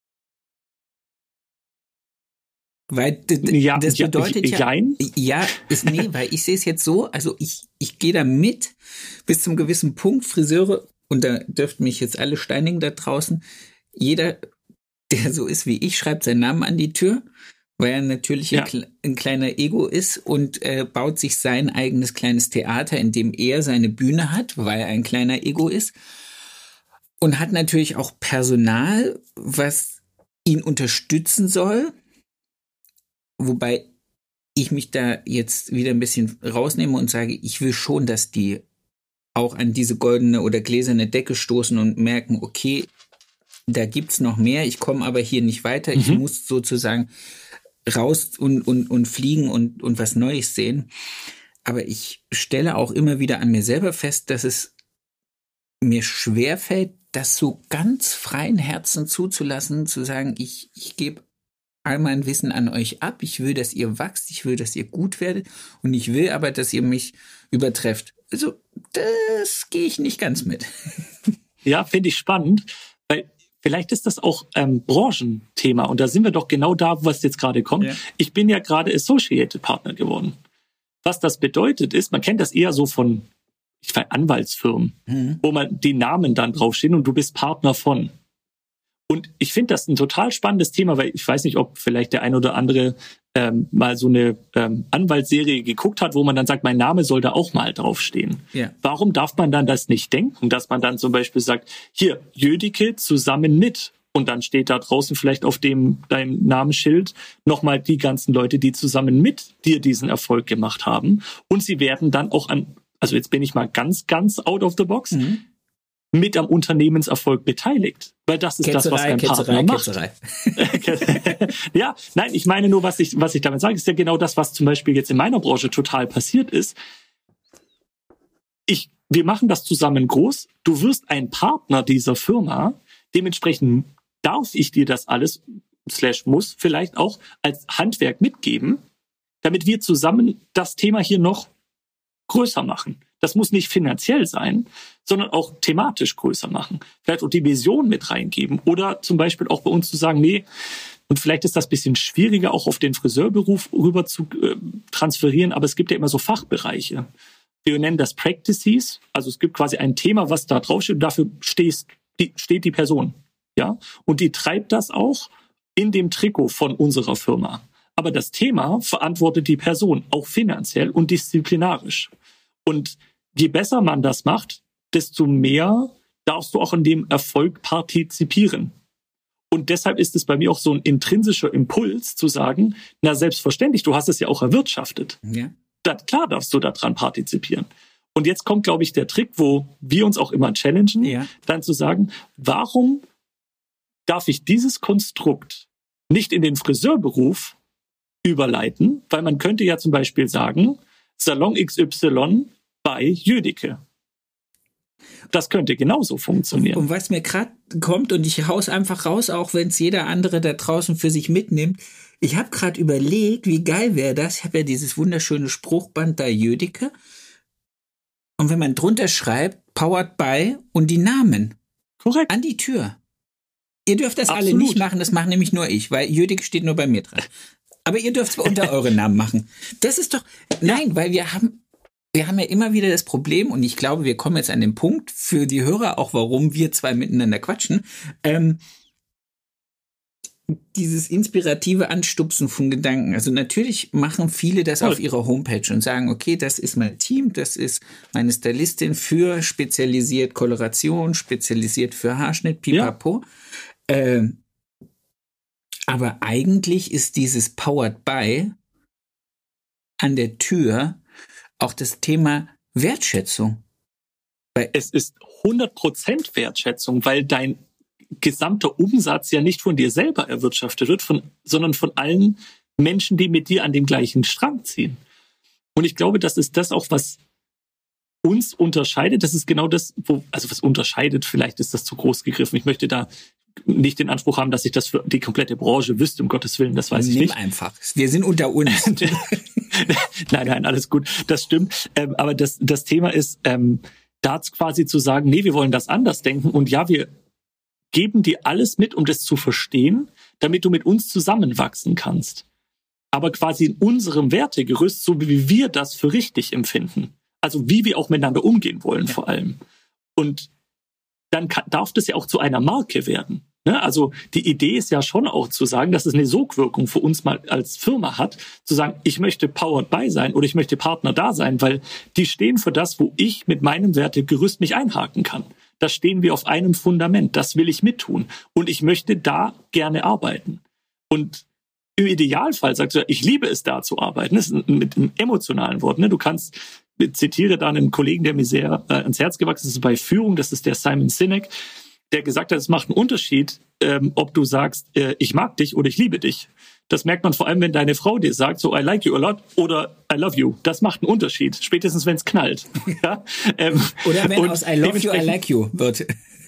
Weil d- d- ja, das bedeutet ja, ja, ja, ja ist, nee, weil ich sehe es jetzt so, also ich, ich gehe da mit bis zum gewissen Punkt, Friseure, und da dürften mich jetzt alle steinigen da draußen, jeder, der so ist wie ich, schreibt seinen Namen an die Tür, weil er natürlich ja. ein, ein kleiner Ego ist und äh, baut sich sein eigenes kleines Theater, in dem er seine Bühne hat, weil er ein kleiner Ego ist, und hat natürlich auch Personal, was ihn unterstützen soll. Wobei ich mich da jetzt wieder ein bisschen rausnehme und sage, ich will schon, dass die auch an diese goldene oder gläserne Decke stoßen und merken, okay, da gibt's noch mehr, ich komme aber hier nicht weiter, mhm. ich muss sozusagen raus und, und, und fliegen und, und was Neues sehen. Aber ich stelle auch immer wieder an mir selber fest, dass es mir schwerfällt, das so ganz freien Herzen zuzulassen, zu sagen, ich, ich gebe all mein Wissen an euch ab. Ich will, dass ihr wachst. Ich will, dass ihr gut werdet. Und ich will aber, dass ihr mich übertrefft. Also, das gehe ich nicht ganz mit. Ja, finde ich spannend, weil vielleicht ist das auch ähm, Branchenthema. Und da sind wir doch genau da, was jetzt gerade kommt. Ja. Ich bin ja gerade Associated Partner geworden. Was das bedeutet ist, man kennt das eher so von ich weiß, Anwaltsfirmen, mhm. wo man die Namen dann draufstehen und du bist Partner von. Und ich finde das ein total spannendes Thema, weil ich weiß nicht, ob vielleicht der ein oder andere ähm, mal so eine ähm, Anwaltsserie geguckt hat, wo man dann sagt, mein Name soll da auch mal draufstehen. Ja. Warum darf man dann das nicht denken, dass man dann zum Beispiel sagt, hier, Jödicke zusammen mit. Und dann steht da draußen vielleicht auf dem dein Namensschild nochmal die ganzen Leute, die zusammen mit dir diesen Erfolg gemacht haben. Und sie werden dann auch an, also jetzt bin ich mal ganz, ganz out of the box, mhm. mit am Unternehmenserfolg beteiligt. Weil das ist Ketzerei, das, was ein Ketzerei, Partner macht. Ja, nein, ich meine nur, was ich, was ich damit sage, ist ja genau das, was zum Beispiel jetzt in meiner Branche total passiert ist. Ich, wir machen das zusammen groß. Du wirst ein Partner dieser Firma. Dementsprechend darf ich dir das alles, slash muss vielleicht auch, als Handwerk mitgeben, damit wir zusammen das Thema hier noch größer machen. Das muss nicht finanziell sein, sondern auch thematisch größer machen. Vielleicht auch die Vision mit reingeben oder zum Beispiel auch bei uns zu sagen, nee, und vielleicht ist das ein bisschen schwieriger, auch auf den Friseurberuf rüber zu äh, transferieren, aber es gibt ja immer so Fachbereiche. Wir nennen das Practices, also es gibt quasi ein Thema, was da draufsteht und dafür stehst, die, steht die Person. Ja, und die treibt das auch in dem Trikot von unserer Firma. Aber das Thema verantwortet die Person, auch finanziell und disziplinarisch. Und je besser man das macht, desto mehr darfst du auch an dem Erfolg partizipieren. Und deshalb ist es bei mir auch so ein intrinsischer Impuls zu sagen, na selbstverständlich, du hast es ja auch erwirtschaftet. Ja. Das, klar darfst du daran partizipieren. Und jetzt kommt, glaube ich, der Trick, wo wir uns auch immer challengen, ja. dann zu sagen, warum darf ich dieses Konstrukt nicht in den Friseurberuf überleiten? Weil man könnte ja zum Beispiel sagen, Salon X Y bei Jödicke. Das könnte genauso funktionieren. Und was mir gerade kommt, und ich hau's einfach raus, auch wenn es jeder andere da draußen für sich mitnimmt, Ich habe gerade überlegt, wie geil wäre das. Ich habe ja dieses wunderschöne Spruchband da Jödicke. Und wenn man drunter schreibt, powered by und die Namen. Korrekt. An die Tür. Ihr dürft das Absolut. alle nicht machen, das machen nämlich nur ich, weil Jödicke steht nur bei mir dran. Aber ihr dürft es unter eure Namen machen. Das ist doch, nein, weil wir haben, wir haben ja immer wieder das Problem, und ich glaube, wir kommen jetzt an den Punkt für die Hörer, auch warum wir zwei miteinander quatschen, ähm, dieses inspirative Anstupsen von Gedanken. Also natürlich machen viele das auf ihrer Homepage und sagen, okay, das ist mein Team, das ist meine Stylistin für spezialisiert Koloration, spezialisiert für Haarschnitt, pipapo. Ja. Ähm, aber eigentlich ist dieses Powered by an der Tür auch das Thema Wertschätzung. Weil es ist hundert Prozent Wertschätzung, weil dein gesamter Umsatz ja nicht von dir selber erwirtschaftet wird, von, sondern von allen Menschen, die mit dir an dem gleichen Strang ziehen. Und ich glaube, das ist das auch, was uns unterscheidet. Das ist genau das, wo, also was unterscheidet, vielleicht ist das zu groß gegriffen. Ich möchte da nicht den Anspruch haben, dass ich das für die komplette Branche wüsste, um Gottes Willen, das weiß ich nicht. Nimm einfach. Wir sind unter uns. Nein, nein, alles gut. Das stimmt. Ähm, aber das, das Thema ist, ähm, da quasi zu sagen, nee, wir wollen das anders denken und ja, wir geben dir alles mit, um das zu verstehen, damit du mit uns zusammenwachsen kannst. Aber quasi in unserem Wertegerüst, so wie wir das für richtig empfinden. Also wie wir auch miteinander umgehen wollen, ja. Vor allem. Und dann kann, darf das ja auch zu einer Marke werden. Ne? Also die Idee ist ja schon auch zu sagen, dass es eine Sogwirkung für uns mal als Firma hat, zu sagen, ich möchte powered by sein oder ich möchte Partner da sein, weil die stehen für das, wo ich mit meinem Wertegerüst mich einhaken kann. Da stehen wir auf einem Fundament. Das will ich mittun. Und ich möchte da gerne arbeiten. Und im Idealfall sagst du, ich liebe es, da zu arbeiten. Das ist mit einem emotionalen Wort. Ne? Du kannst, ich zitiere da einen Kollegen, der mir sehr äh, ans Herz gewachsen ist bei Führung. Das ist der Simon Sinek, der gesagt hat, es macht einen Unterschied, ähm, ob du sagst, äh, ich mag dich oder ich liebe dich. Das merkt man vor allem, wenn deine Frau dir sagt, so I like you a lot oder I love you. Das macht einen Unterschied, spätestens wenn es knallt. Ja? Ähm, oder wenn aus I love you, I like you wird.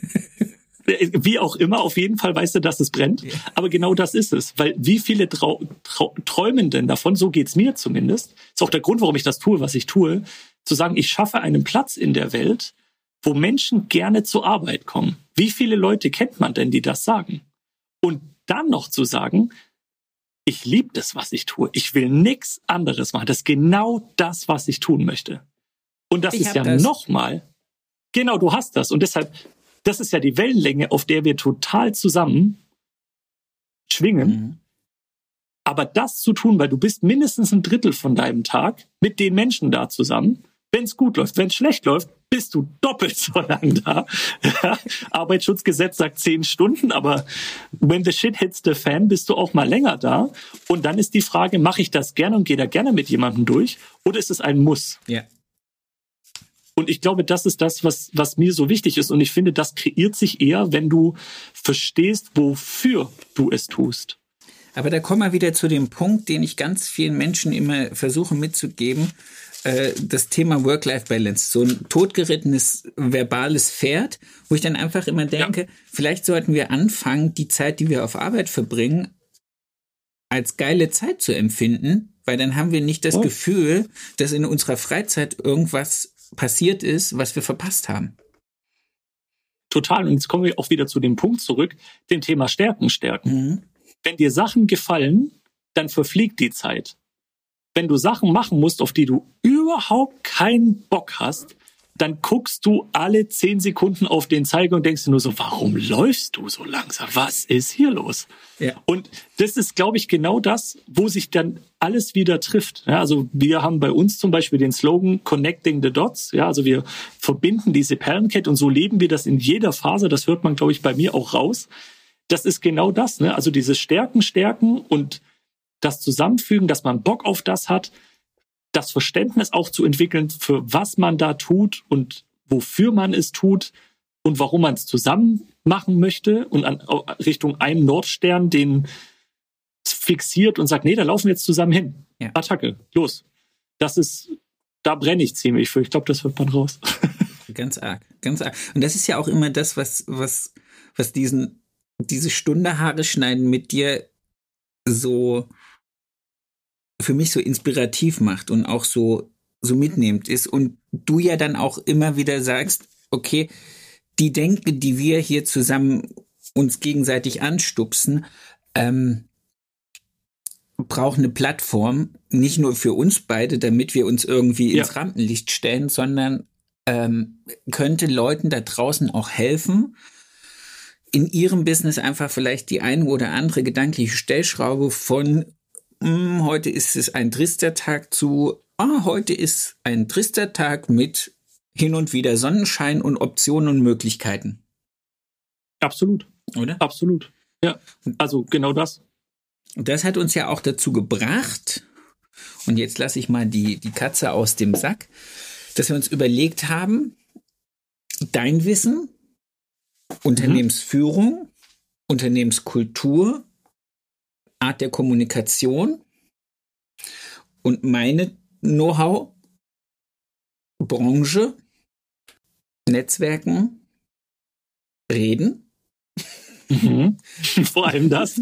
Wie auch immer, auf jeden Fall weißt du, dass es brennt. Ja. Aber genau das ist es. Weil wie viele trau- trau- träumen denn davon, so geht's mir zumindest, ist auch der Grund, warum ich das tue, was ich tue, zu sagen, ich schaffe einen Platz in der Welt, wo Menschen gerne zur Arbeit kommen. Wie viele Leute kennt man denn, die das sagen? Und dann noch zu sagen, ich liebe das, was ich tue. Ich will nichts anderes machen. Das ist genau das, was ich tun möchte. Und das ich ist ja das. nochmal, genau, du hast das. Und deshalb, das ist ja die Wellenlänge, auf der wir total zusammen schwingen. Mhm. Aber das zu tun, weil du bist mindestens ein Drittel von deinem Tag mit den Menschen da zusammen. Wenn es gut läuft, wenn es schlecht läuft, bist du doppelt so lang da. Ja, Arbeitsschutzgesetz sagt zehn Stunden, aber when the shit hits the fan, bist du auch mal länger da. Und dann ist die Frage, mache ich das gerne und gehe da gerne mit jemandem durch oder ist es ein Muss? Ja. Und ich glaube, das ist das, was, was mir so wichtig ist. Und ich finde, das kreiert sich eher, wenn du verstehst, wofür du es tust. Aber da kommen wir wieder zu dem Punkt, den ich ganz vielen Menschen immer versuche mitzugeben. Das Thema Work-Life-Balance, so ein totgerittenes verbales Pferd, wo ich dann einfach immer denke, ja. Vielleicht sollten wir anfangen, die Zeit, die wir auf Arbeit verbringen, als geile Zeit zu empfinden, weil dann haben wir nicht das oh. Gefühl, dass in unserer Freizeit irgendwas passiert ist, was wir verpasst haben. Total. Und jetzt kommen wir auch wieder zu dem Punkt zurück, dem Thema Stärken stärken. Mhm. Wenn dir Sachen gefallen, dann verfliegt die Zeit. Wenn du Sachen machen musst, auf die du überhaupt keinen Bock hast, dann guckst du alle zehn Sekunden auf den Zeiger und denkst dir nur so, warum läufst du so langsam? Was ist hier los? Ja. Und das ist, glaube ich, genau das, wo sich dann alles wieder trifft. Ja, also wir haben bei uns zum Beispiel den Slogan Connecting the Dots. Ja, also wir verbinden diese Perlenkette und so leben wir das in jeder Phase. Das hört man, glaube ich, bei mir auch raus. Das ist genau das, ne? Also dieses Stärken, Stärken und das Zusammenfügen, dass man Bock auf das hat, das Verständnis auch zu entwickeln, für was man da tut und wofür man es tut und warum man es zusammen machen möchte und an Richtung einem Nordstern den fixiert und sagt, nee, da laufen wir jetzt zusammen hin. Ja. Attacke, los. Das ist, da brenne ich ziemlich für. Ich glaube, das hört man raus. Ganz arg, ganz arg. Und das ist ja auch immer das, was, was, was diesen, diese Stunde Haare schneiden mit dir so für mich so inspirativ macht und auch so, so mitnehmend ist. Und du ja dann auch immer wieder sagst, okay, die Denke, die wir hier zusammen uns gegenseitig anstupsen, ähm, braucht eine Plattform, nicht nur für uns beide, damit wir uns irgendwie ins ja. Rampenlicht stellen, sondern ähm, könnte Leuten da draußen auch helfen, in ihrem Business einfach vielleicht die eine oder andere gedankliche Stellschraube von mh, heute ist es ein trister Tag zu ah, heute ist ein trister Tag mit hin und wieder Sonnenschein und Optionen und Möglichkeiten. Absolut. Oder? Absolut. Ja, also genau das. Und das hat uns ja auch dazu gebracht, und jetzt lasse ich mal die, die Katze aus dem Sack, dass wir uns überlegt haben, dein Wissen, Unternehmensführung, mhm. Unternehmenskultur, Art der Kommunikation und meine Know-how, Branche, Netzwerken, Reden. Mhm. Vor allem das.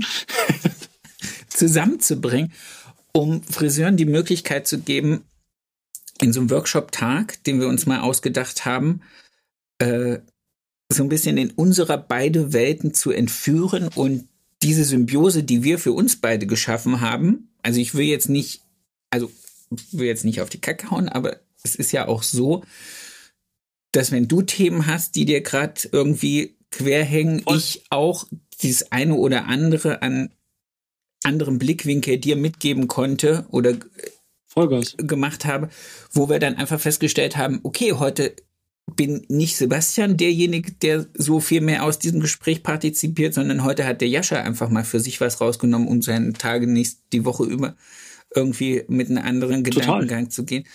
Zusammenzubringen, um Friseuren die Möglichkeit zu geben, in so einem Workshop-Tag, den wir uns mal ausgedacht haben, äh, so ein bisschen in unserer beide Welten zu entführen und diese Symbiose, die wir für uns beide geschaffen haben, also ich will jetzt nicht, also will jetzt nicht auf die Kacke hauen, aber es ist ja auch so, dass wenn du Themen hast, die dir gerade irgendwie quer hängen, Voll. ich auch dieses eine oder andere an anderen Blickwinkel dir mitgeben konnte oder Vollgas. gemacht habe, wo wir dann einfach festgestellt haben, okay, heute bin nicht Sebastian derjenige, der so viel mehr aus diesem Gespräch partizipiert, sondern heute hat der Jascha einfach mal für sich was rausgenommen, um seine Tage nächst, die Woche über irgendwie mit einem anderen Gedankengang Total. zu gehen.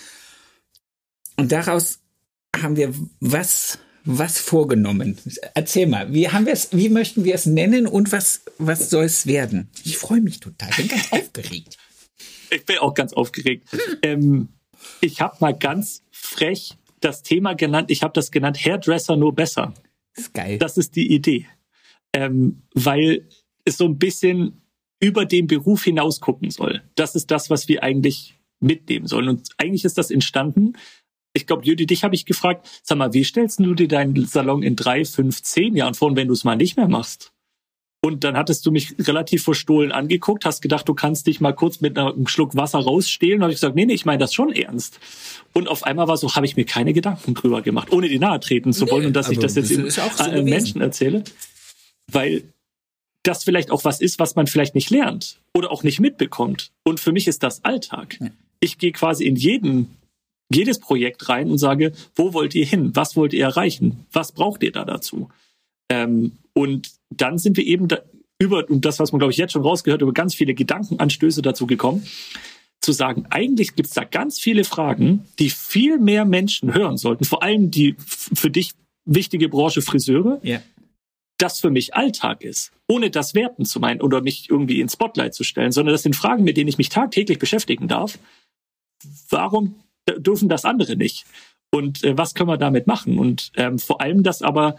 Und daraus haben wir was, was vorgenommen. Erzähl mal, wie haben wir es, wie möchten wir es nennen und was, was soll es werden? Ich freue mich total, bin ganz aufgeregt. Ich bin auch ganz aufgeregt. ähm, ich habe mal ganz frech das Thema genannt, ich habe das genannt Hairdresser nur besser. Das ist geil. Das ist die Idee. Ähm, weil es so ein bisschen über den Beruf hinaus gucken soll. Das ist das, was wir eigentlich mitnehmen sollen. Und eigentlich ist das entstanden. Ich glaube, Jüdi, dich habe ich gefragt, sag mal, wie stellst du dir deinen Salon in drei, fünf, zehn Jahren vor, wenn du es mal nicht mehr machst? Und dann hattest du mich relativ verstohlen angeguckt, hast gedacht, du kannst dich mal kurz mit einem Schluck Wasser rausstehlen. Und habe ich gesagt, nee, nee, ich meine das schon ernst. Und auf einmal war so, habe ich mir keine Gedanken drüber gemacht, ohne dir nahe treten zu wollen nee, und dass ich das jetzt das eben so allen Menschen erzähle. Weil das vielleicht auch was ist, was man vielleicht nicht lernt oder auch nicht mitbekommt. Und für mich ist das Alltag. Ja. Ich gehe quasi in jeden, jedes Projekt rein und sage, wo wollt ihr hin? Was wollt ihr erreichen? Was braucht ihr da dazu? Ähm, und dann sind wir eben da über, und das, was man, glaube ich, jetzt schon rausgehört, über ganz viele Gedankenanstöße dazu gekommen, zu sagen, eigentlich gibt es da ganz viele Fragen, die viel mehr Menschen hören sollten, vor allem die f- für dich wichtige Branche Friseure, ja. das für mich Alltag ist, ohne das werten zu meinen oder mich irgendwie ins Spotlight zu stellen, sondern das sind Fragen, mit denen ich mich tagtäglich beschäftigen darf. Warum dürfen das andere nicht? Und äh, was können wir damit machen? Und ähm, vor allem das aber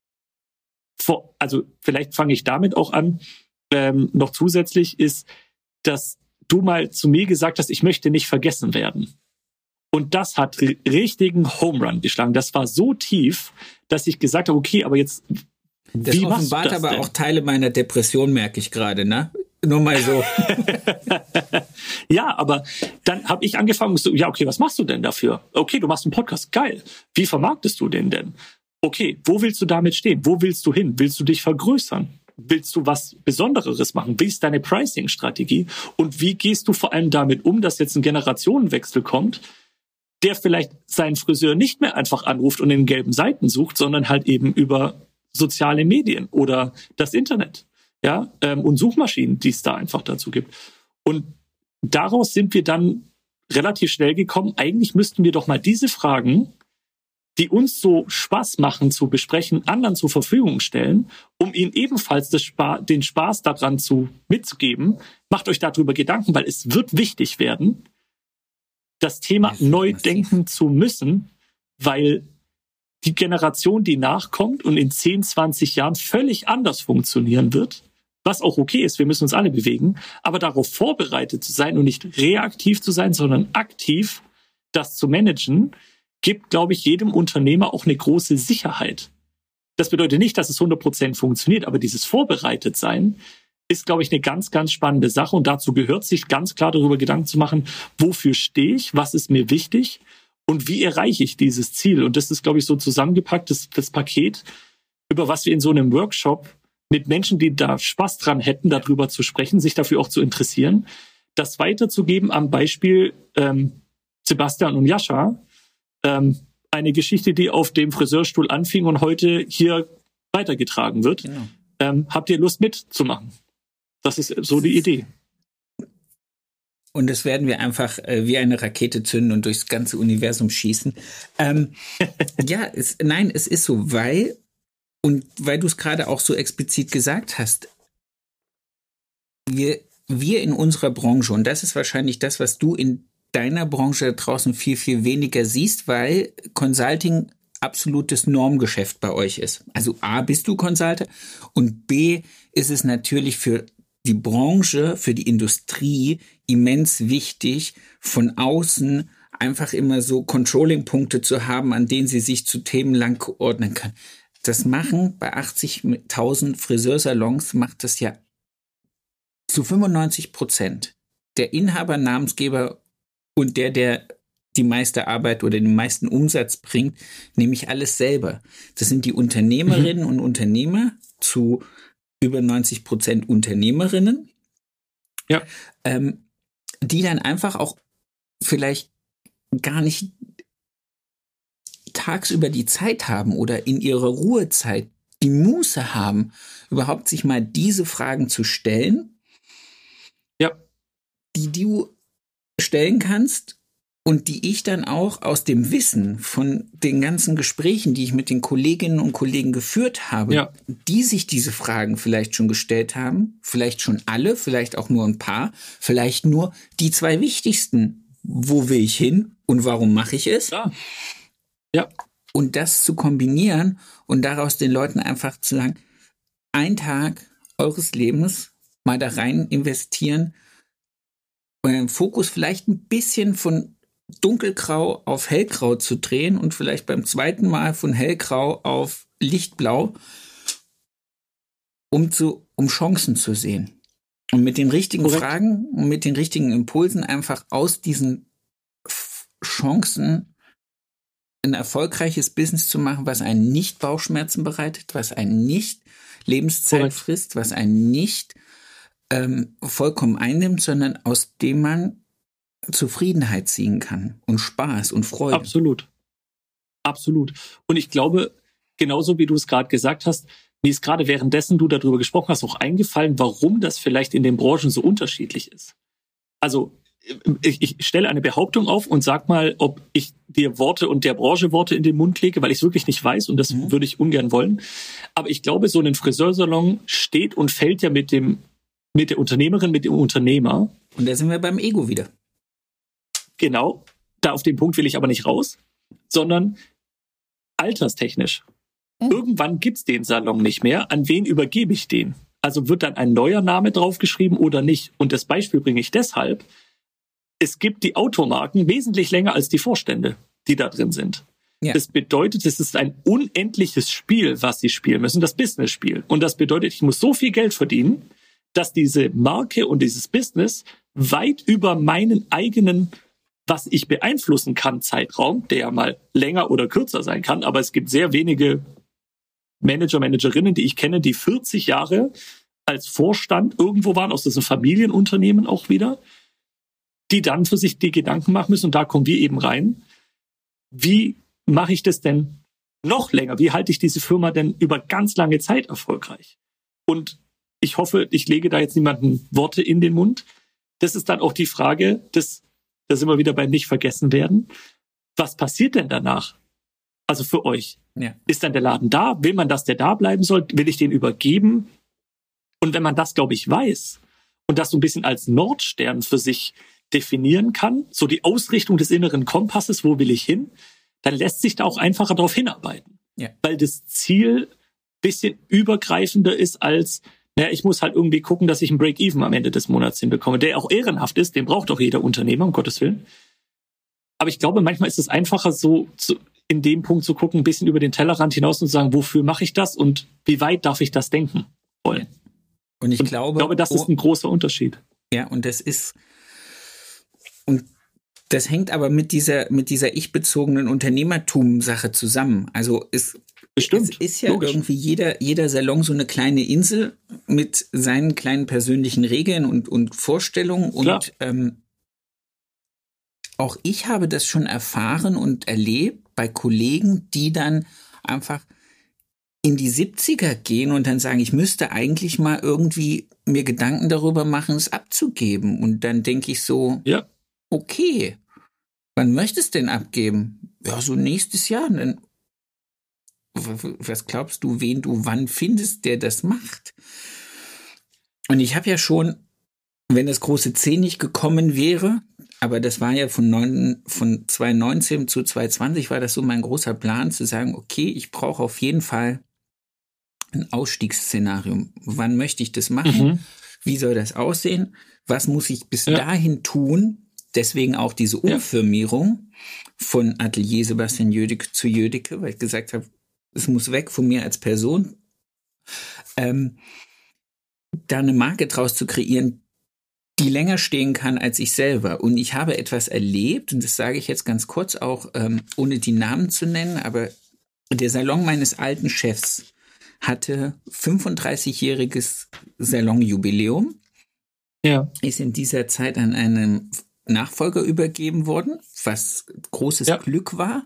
Vor, also vielleicht fange ich damit auch an, ähm, noch zusätzlich ist, dass du mal zu mir gesagt hast, ich möchte nicht vergessen werden. Und das hat r- richtigen Home Run geschlagen. Das war so tief, dass ich gesagt habe, okay, aber jetzt, das wie offenbart machst du das aber denn? auch Teile meiner Depression, merke ich gerade, ne? Nur mal so. Ja, aber dann habe ich angefangen, so, ja, okay, was machst du denn dafür? Okay, du machst einen Podcast, geil. Wie vermarktest du den denn? Okay, wo willst du damit stehen? Wo willst du hin? Willst du dich vergrößern? Willst du was Besonderes machen? Wie ist deine Pricing-Strategie? Und wie gehst du vor allem damit um, dass jetzt ein Generationenwechsel kommt, der vielleicht seinen Friseur nicht mehr einfach anruft und in den gelben Seiten sucht, sondern halt eben über soziale Medien oder das Internet, ja, ähm, und Suchmaschinen, die es da einfach dazu gibt. Und daraus sind wir dann relativ schnell gekommen, eigentlich müssten wir doch mal diese Fragen, die uns so Spaß machen zu besprechen, anderen zur Verfügung stellen, um ihnen ebenfalls das Spa- den Spaß daran zu mitzugeben. Macht euch darüber Gedanken, weil es wird wichtig werden, das Thema das neu massiv. denken zu müssen, weil die Generation, die nachkommt und in zehn, zwanzig Jahren völlig anders funktionieren wird, was auch okay ist, wir müssen uns alle bewegen, aber darauf vorbereitet zu sein und nicht reaktiv zu sein, sondern aktiv das zu managen, gibt, glaube ich, jedem Unternehmer auch eine große Sicherheit. Das bedeutet nicht, dass es hundert Prozent funktioniert, aber dieses Vorbereitetsein ist, glaube ich, eine ganz, ganz spannende Sache. Und dazu gehört, sich ganz klar darüber Gedanken zu machen, wofür stehe ich, was ist mir wichtig und wie erreiche ich dieses Ziel. Und das ist, glaube ich, so zusammengepackt, das, das Paket, über was wir in so einem Workshop mit Menschen, die da Spaß dran hätten, darüber zu sprechen, sich dafür auch zu interessieren, das weiterzugeben am Beispiel ähm, Sebastian und Jascha. Ähm, eine Geschichte, die auf dem Friseurstuhl anfing und heute hier weitergetragen wird. Genau. Ähm, habt ihr Lust mitzumachen? Das ist so die Idee. Und das werden wir einfach äh, wie eine Rakete zünden und durchs ganze Universum schießen. Ähm, ja, es, nein, es ist so, weil, und weil du es gerade auch so explizit gesagt hast, wir, wir in unserer Branche, und das ist wahrscheinlich das, was du in deiner Branche da draußen viel, viel weniger siehst, weil Consulting absolutes Normgeschäft bei euch ist. Also A, bist du Consultant und B, ist es natürlich für die Branche, für die Industrie immens wichtig, von außen einfach immer so Controlling-Punkte zu haben, an denen sie sich zu Themen lang ordnen kann. Das machen bei achtzigtausend Friseursalons, macht das ja zu fünfundneunzig Prozent der Inhaber, Namensgeber und der, der die meiste Arbeit oder den meisten Umsatz bringt, nämlich alles selber. Das sind die Unternehmerinnen mhm. und Unternehmer, zu über neunzig Prozent Unternehmerinnen, ja. ähm, die dann einfach auch vielleicht gar nicht tagsüber die Zeit haben oder in ihrer Ruhezeit die Muße haben, überhaupt sich mal diese Fragen zu stellen, ja. die du stellen kannst und die ich dann auch aus dem Wissen von den ganzen Gesprächen, die ich mit den Kolleginnen und Kollegen geführt habe, ja. die sich diese Fragen vielleicht schon gestellt haben, vielleicht schon alle, vielleicht auch nur ein paar, vielleicht nur die zwei wichtigsten. Wo will ich hin und warum mache ich es? Ja. Ja. Und das zu kombinieren und daraus den Leuten einfach zu sagen, ein Tag eures Lebens mal da rein investieren, euren Fokus vielleicht ein bisschen von dunkelgrau auf hellgrau zu drehen und vielleicht beim zweiten Mal von hellgrau auf lichtblau, um zu, um Chancen zu sehen. Und mit den richtigen Korrekt. Fragen und mit den richtigen Impulsen einfach aus diesen F- Chancen ein erfolgreiches Business zu machen, was einen nicht Bauchschmerzen bereitet, was einen nicht Lebenszeit Korrekt. frisst, was einen nicht ähm, vollkommen einnimmt, sondern aus dem man Zufriedenheit ziehen kann und Spaß und Freude. Absolut. Absolut. Und ich glaube, genauso wie du es gerade gesagt hast, mir ist gerade währenddessen du darüber gesprochen hast, auch eingefallen, warum das vielleicht in den Branchen so unterschiedlich ist. Also ich, ich stelle eine Behauptung auf und sag mal, ob ich dir Worte und der Branche Worte in den Mund lege, weil ich es wirklich nicht weiß und das mhm. würde ich ungern wollen. Aber ich glaube, so ein Friseursalon steht und fällt ja mit dem mit der Unternehmerin, mit dem Unternehmer. Und da sind wir beim Ego wieder. Genau, da auf den Punkt will ich aber nicht raus, sondern alterstechnisch. Mhm. Irgendwann gibt's den Salon nicht mehr. An wen übergebe ich den? Also wird dann ein neuer Name draufgeschrieben oder nicht? Und das Beispiel bringe ich deshalb. Es gibt die Automarken wesentlich länger als die Vorstände, die da drin sind. Ja. Das bedeutet, es ist ein unendliches Spiel, was sie spielen müssen, das Business-Spiel. Und das bedeutet, ich muss so viel Geld verdienen, dass diese Marke und dieses Business weit über meinen eigenen, was ich beeinflussen kann, Zeitraum, der ja mal länger oder kürzer sein kann, aber es gibt sehr wenige Manager, Managerinnen, die ich kenne, die vierzig Jahre als Vorstand irgendwo waren, aus diesen Familienunternehmen auch wieder, die dann für sich die Gedanken machen müssen, und da kommen wir eben rein, wie mache ich das denn noch länger? Wie halte ich diese Firma denn über ganz lange Zeit erfolgreich? Und ich hoffe, ich lege da jetzt niemanden Worte in den Mund. Das ist dann auch die Frage, das, da sind wir wieder beim nicht vergessen werden. Was passiert denn danach? Also für euch. Ja. Ist dann der Laden da? Will man, dass der da bleiben soll? Will ich den übergeben? Und wenn man das, glaube ich, weiß und das so ein bisschen als Nordstern für sich definieren kann, so die Ausrichtung des inneren Kompasses, wo will ich hin, dann lässt sich da auch einfacher darauf hinarbeiten. Ja. Weil das Ziel ein bisschen übergreifender ist als Ja, ich muss halt irgendwie gucken, dass ich einen Break-Even am Ende des Monats hinbekomme, der auch ehrenhaft ist, den braucht auch jeder Unternehmer, um Gottes Willen. Aber ich glaube, manchmal ist es einfacher, so zu, in dem Punkt zu gucken, ein bisschen über den Tellerrand hinaus und zu sagen, wofür mache ich das und wie weit darf ich das denken wollen. Und ich und glaube, ich glaube, das ist ein großer Unterschied. Ja, und das ist, und das hängt aber mit dieser, mit dieser ich-bezogenen Unternehmertum-Sache zusammen. Also es, Bestimmt, es ist ja logisch. irgendwie jeder, jeder Salon so eine kleine Insel mit seinen kleinen persönlichen Regeln und, und Vorstellungen. Klar. Und ähm, auch ich habe das schon erfahren und erlebt bei Kollegen, die dann einfach in die siebziger gehen und dann sagen, ich müsste eigentlich mal irgendwie mir Gedanken darüber machen, es abzugeben. Und dann denke ich so, Ja. okay, wann möchtest du denn abgeben? Ja, so nächstes Jahr. Und dann, was glaubst du, wen du wann findest, der das macht? Und ich habe ja schon, wenn das große C nicht gekommen wäre, aber das war ja von, neun, von zwanzig neunzehn zu zwanzig zwanzig, war das so mein großer Plan, zu sagen, okay, ich brauche auf jeden Fall ein Ausstiegsszenario. Wann möchte ich das machen? Mhm. Wie soll das aussehen? Was muss ich bis Ja. dahin tun? Deswegen auch diese Umfirmierung von Atelier Sebastian Jödecke zu Jödecke, weil ich gesagt habe, es muss weg von mir als Person. Ähm, da eine Marke draus zu kreieren, die länger stehen kann als ich selber. Und ich habe etwas erlebt, und das sage ich jetzt ganz kurz auch, ähm, ohne die Namen zu nennen, aber der Salon meines alten Chefs hatte fünfunddreißigjähriges Salonjubiläum, Ja. ist in dieser Zeit an einen Nachfolger übergeben worden, was großes Ja. Glück war.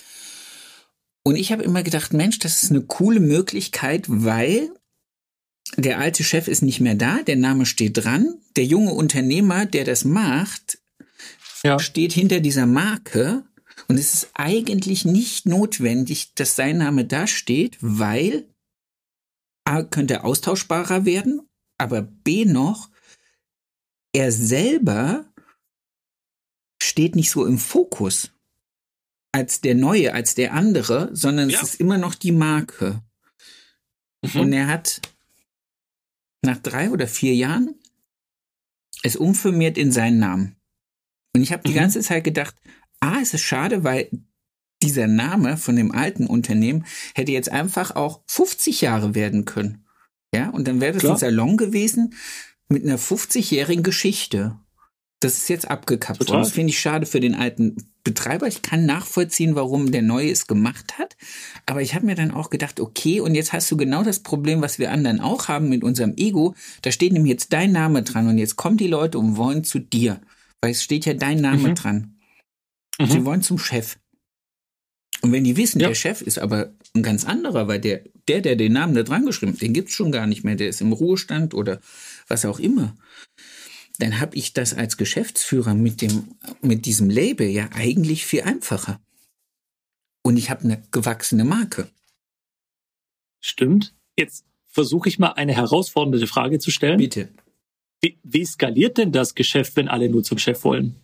Und ich habe immer gedacht, Mensch, das ist eine coole Möglichkeit, weil der alte Chef ist nicht mehr da, der Name steht dran, der junge Unternehmer, der das macht, Ja. steht hinter dieser Marke und es ist eigentlich nicht notwendig, dass sein Name da steht, weil A, könnte er austauschbarer werden, aber B noch, er selber steht nicht so im Fokus als der Neue, als der andere, sondern Ja. es ist immer noch die Marke. Mhm. Und er hat nach drei oder vier Jahren es umfirmiert in seinen Namen. Und ich habe die Mhm. ganze Zeit gedacht, ah, es ist schade, weil dieser Name von dem alten Unternehmen hätte jetzt einfach auch fünfzig Jahre werden können. Ja, und dann wäre das Klar. ein Salon gewesen mit einer fünfzigjährigen Geschichte. Das ist jetzt abgekappt Total. worden. Das finde ich schade für den alten Betreiber. Ich kann nachvollziehen, warum der Neue es gemacht hat. Aber ich habe mir dann auch gedacht, okay, und jetzt hast du genau das Problem, was wir anderen auch haben mit unserem Ego. Da steht nämlich jetzt dein Name dran und jetzt kommen die Leute und wollen zu dir. Weil es steht ja dein Name Mhm. dran. Mhm. Sie wollen zum Chef. Und wenn die wissen, Ja. der Chef ist aber ein ganz anderer, weil der, der, der den Namen da dran geschrieben hat, den gibt's schon gar nicht mehr, der ist im Ruhestand oder was auch immer, dann habe ich das als Geschäftsführer mit dem, mit diesem Label ja eigentlich viel einfacher. Und ich habe eine gewachsene Marke. Stimmt. Jetzt versuche ich mal eine herausfordernde Frage zu stellen. Bitte. Wie, wie skaliert denn das Geschäft, wenn alle nur zum Chef wollen?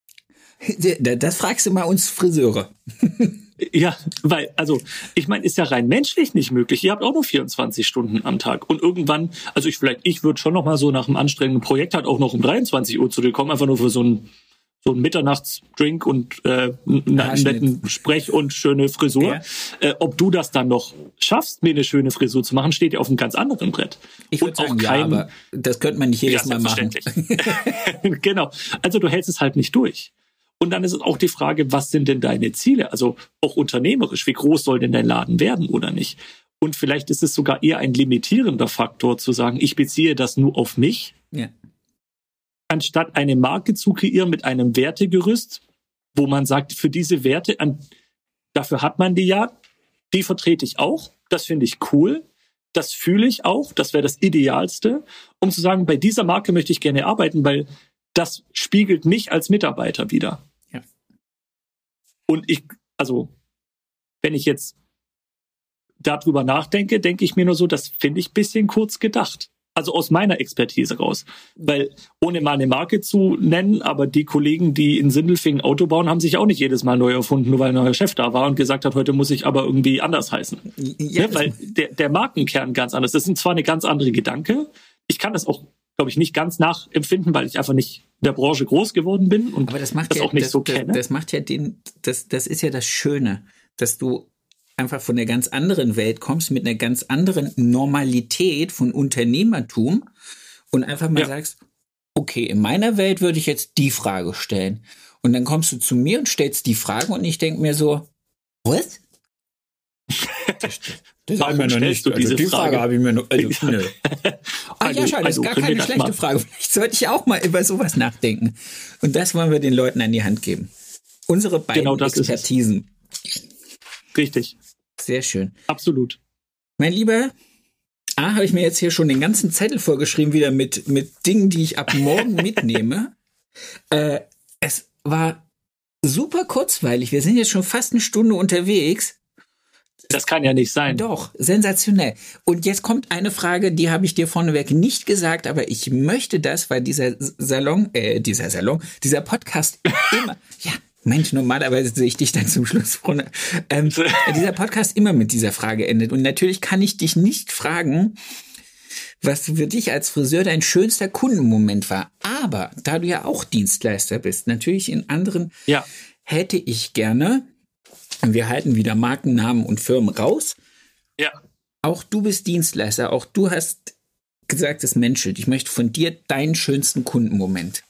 Das fragst du mal uns Friseure. Ja, weil, also, ich meine, ist ja rein menschlich nicht möglich. Ihr habt auch nur vierundzwanzig Stunden am Tag. Und irgendwann, also ich vielleicht, ich würde schon noch mal so nach einem anstrengenden Projekt halt auch noch um dreiundzwanzig Uhr zu dir kommen, einfach nur für so einen, so einen Mitternachtsdrink und äh, einen Haarschnitt. netten Sprech und schöne Frisur. Ja. Äh, ob du das dann noch schaffst, mir eine schöne Frisur zu machen, steht ja auf einem ganz anderen Brett. Ich würde Und auch sagen, ja, kein- aber das könnte man nicht jedes Ja, Mal machen. selbstverständlich. Genau. Also du hältst es halt nicht durch. Und dann ist es auch die Frage, was sind denn deine Ziele? Also auch unternehmerisch, wie groß soll denn dein Laden werden oder nicht? Und vielleicht ist es sogar eher ein limitierender Faktor zu sagen, ich beziehe das nur auf mich, Ja. anstatt eine Marke zu kreieren mit einem Wertegerüst, wo man sagt, für diese Werte, an, dafür hat man die ja, die vertrete ich auch, das finde ich cool, das fühle ich auch, das wäre das Idealste, um zu sagen, bei dieser Marke möchte ich gerne arbeiten, weil das spiegelt mich als Mitarbeiter wider. Ja. Und ich, also, wenn ich jetzt darüber nachdenke, denke ich mir nur so, das finde ich ein bisschen kurz gedacht. Also aus meiner Expertise raus. Weil, ohne mal eine Marke zu nennen, aber die Kollegen, die in Sindelfingen Auto bauen, haben sich auch nicht jedes Mal neu erfunden, nur weil ein neuer Chef da war und gesagt hat, heute muss ich aber irgendwie anders heißen. Ja, ne? Weil der, der Markenkern ganz anders. Das ist zwar eine ganz andere Gedanke. Ich kann das auch, glaube ich, nicht ganz nachempfinden, weil ich einfach nicht in der Branche groß geworden bin und aber das, macht das ja, auch nicht das, so das, kenne. Das macht ja den, das, das ist ja das Schöne, dass du einfach von einer ganz anderen Welt kommst, mit einer ganz anderen Normalität von Unternehmertum und einfach mal ja. sagst, okay, in meiner Welt würde ich jetzt die Frage stellen. Und dann kommst du zu mir und stellst die Frage und ich denke mir so, was? Das, das haben wir noch nicht. Du diese also die Frage, Frage habe ich mir noch. Also, nö. Ah ja, schade, das ist gar keine schlechte Frage. Vielleicht sollte ich auch mal über sowas nachdenken. Und das wollen wir den Leuten an die Hand geben. Unsere beiden genau Expertisen. Richtig. Sehr schön. Absolut. Mein Lieber, A, habe ich mir jetzt hier schon den ganzen Zettel vorgeschrieben, wieder mit, mit Dingen, die ich ab morgen mitnehme. Äh, es war super kurzweilig. Wir sind jetzt schon fast eine Stunde unterwegs. Das kann ja nicht sein. Doch, sensationell. Und jetzt kommt eine Frage, die habe ich dir vorneweg nicht gesagt, aber ich möchte das, weil dieser Salon, äh, dieser Salon, dieser Podcast immer, ja, Mensch, normalerweise sehe ich dich dann zum Schluss vorne. Ähm, dieser Podcast immer mit dieser Frage endet. Und natürlich kann ich dich nicht fragen, was für dich als Friseur dein schönster Kundenmoment war. Aber da du ja auch Dienstleister bist, natürlich in anderen, ja. hätte ich gerne, wir halten wieder Markennamen und Firmen raus. Ja. Auch du bist Dienstleister, auch du hast gesagt, das menschelt. Ich möchte von dir deinen schönsten Kundenmoment.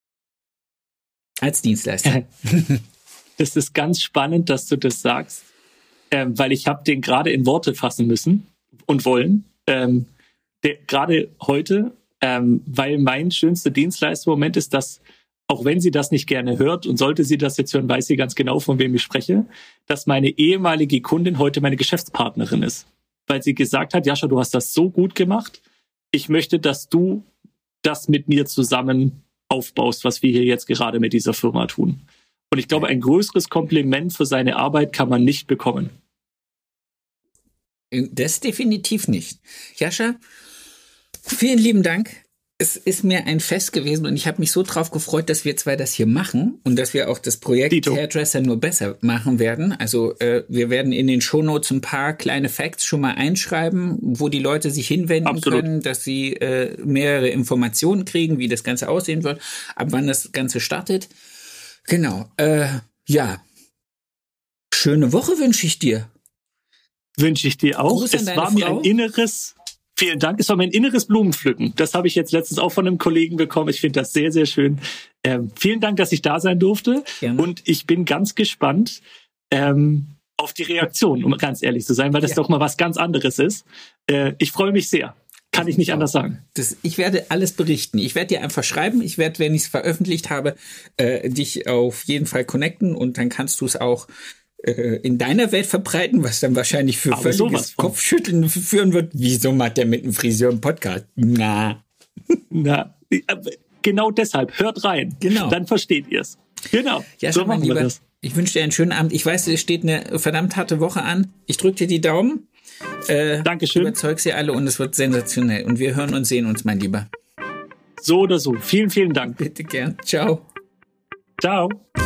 Als Dienstleister. Das ist ganz spannend, dass du das sagst, ähm, weil ich habe den gerade in Worte fassen müssen und wollen. Ähm, gerade heute, ähm, weil mein schönster Dienstleistermoment ist, dass, auch wenn sie das nicht gerne hört und sollte sie das jetzt hören, weiß sie ganz genau, von wem ich spreche, dass meine ehemalige Kundin heute meine Geschäftspartnerin ist. Weil sie gesagt hat, Jascha, du hast das so gut gemacht. Ich möchte, dass du das mit mir zusammen aufbaust, was wir hier jetzt gerade mit dieser Firma tun. Und ich glaube, ein größeres Kompliment für seine Arbeit kann man nicht bekommen. Das definitiv nicht. Jascha, vielen lieben Dank. Es ist mir ein Fest gewesen und ich habe mich so drauf gefreut, dass wir zwei das hier machen und dass wir auch das Projekt Dito. Hairdresser nur besser machen werden. Also äh, wir werden in den Shownotes ein paar kleine Facts schon mal einschreiben, wo die Leute sich hinwenden Absolut. können, dass sie äh, mehrere Informationen kriegen, wie das Ganze aussehen wird, ab wann das Ganze startet. Genau. Äh, ja. Schöne Woche wünsche ich dir. Wünsche ich dir auch. Gruß an es deine war Frau. mir ein inneres... Vielen Dank. Es war mein inneres Blumenpflücken. Das habe ich jetzt letztens auch von einem Kollegen bekommen. Ich finde das sehr, sehr schön. Ähm, vielen Dank, dass ich da sein durfte. Gerne. Und ich bin ganz gespannt ähm, auf die Reaktion, um ganz ehrlich zu sein, weil das ja. doch mal was ganz anderes ist. Äh, ich freue mich sehr. Kann ich nicht anders sagen. Das, ich werde alles berichten. Ich werde dir einfach schreiben. Ich werde, wenn ich es veröffentlicht habe, äh, dich auf jeden Fall connecten und dann kannst du es auch in deiner Welt verbreiten, was dann wahrscheinlich für Aber völliges Kopfschütteln führen wird. Wieso macht der mit einem Friseur einen Podcast? Na. Na, genau deshalb. Hört rein. Genau. Dann versteht ihr es. Genau. Ja, so machen wir das. Ich wünsche dir einen schönen Abend. Ich weiß, es steht eine verdammt harte Woche an. Ich drücke dir die Daumen. Äh, Dankeschön. Überzeug sie alle und es wird sensationell. Und wir hören und sehen uns, mein Lieber. So oder so. Vielen, vielen Dank. Bitte gern. Ciao. Ciao.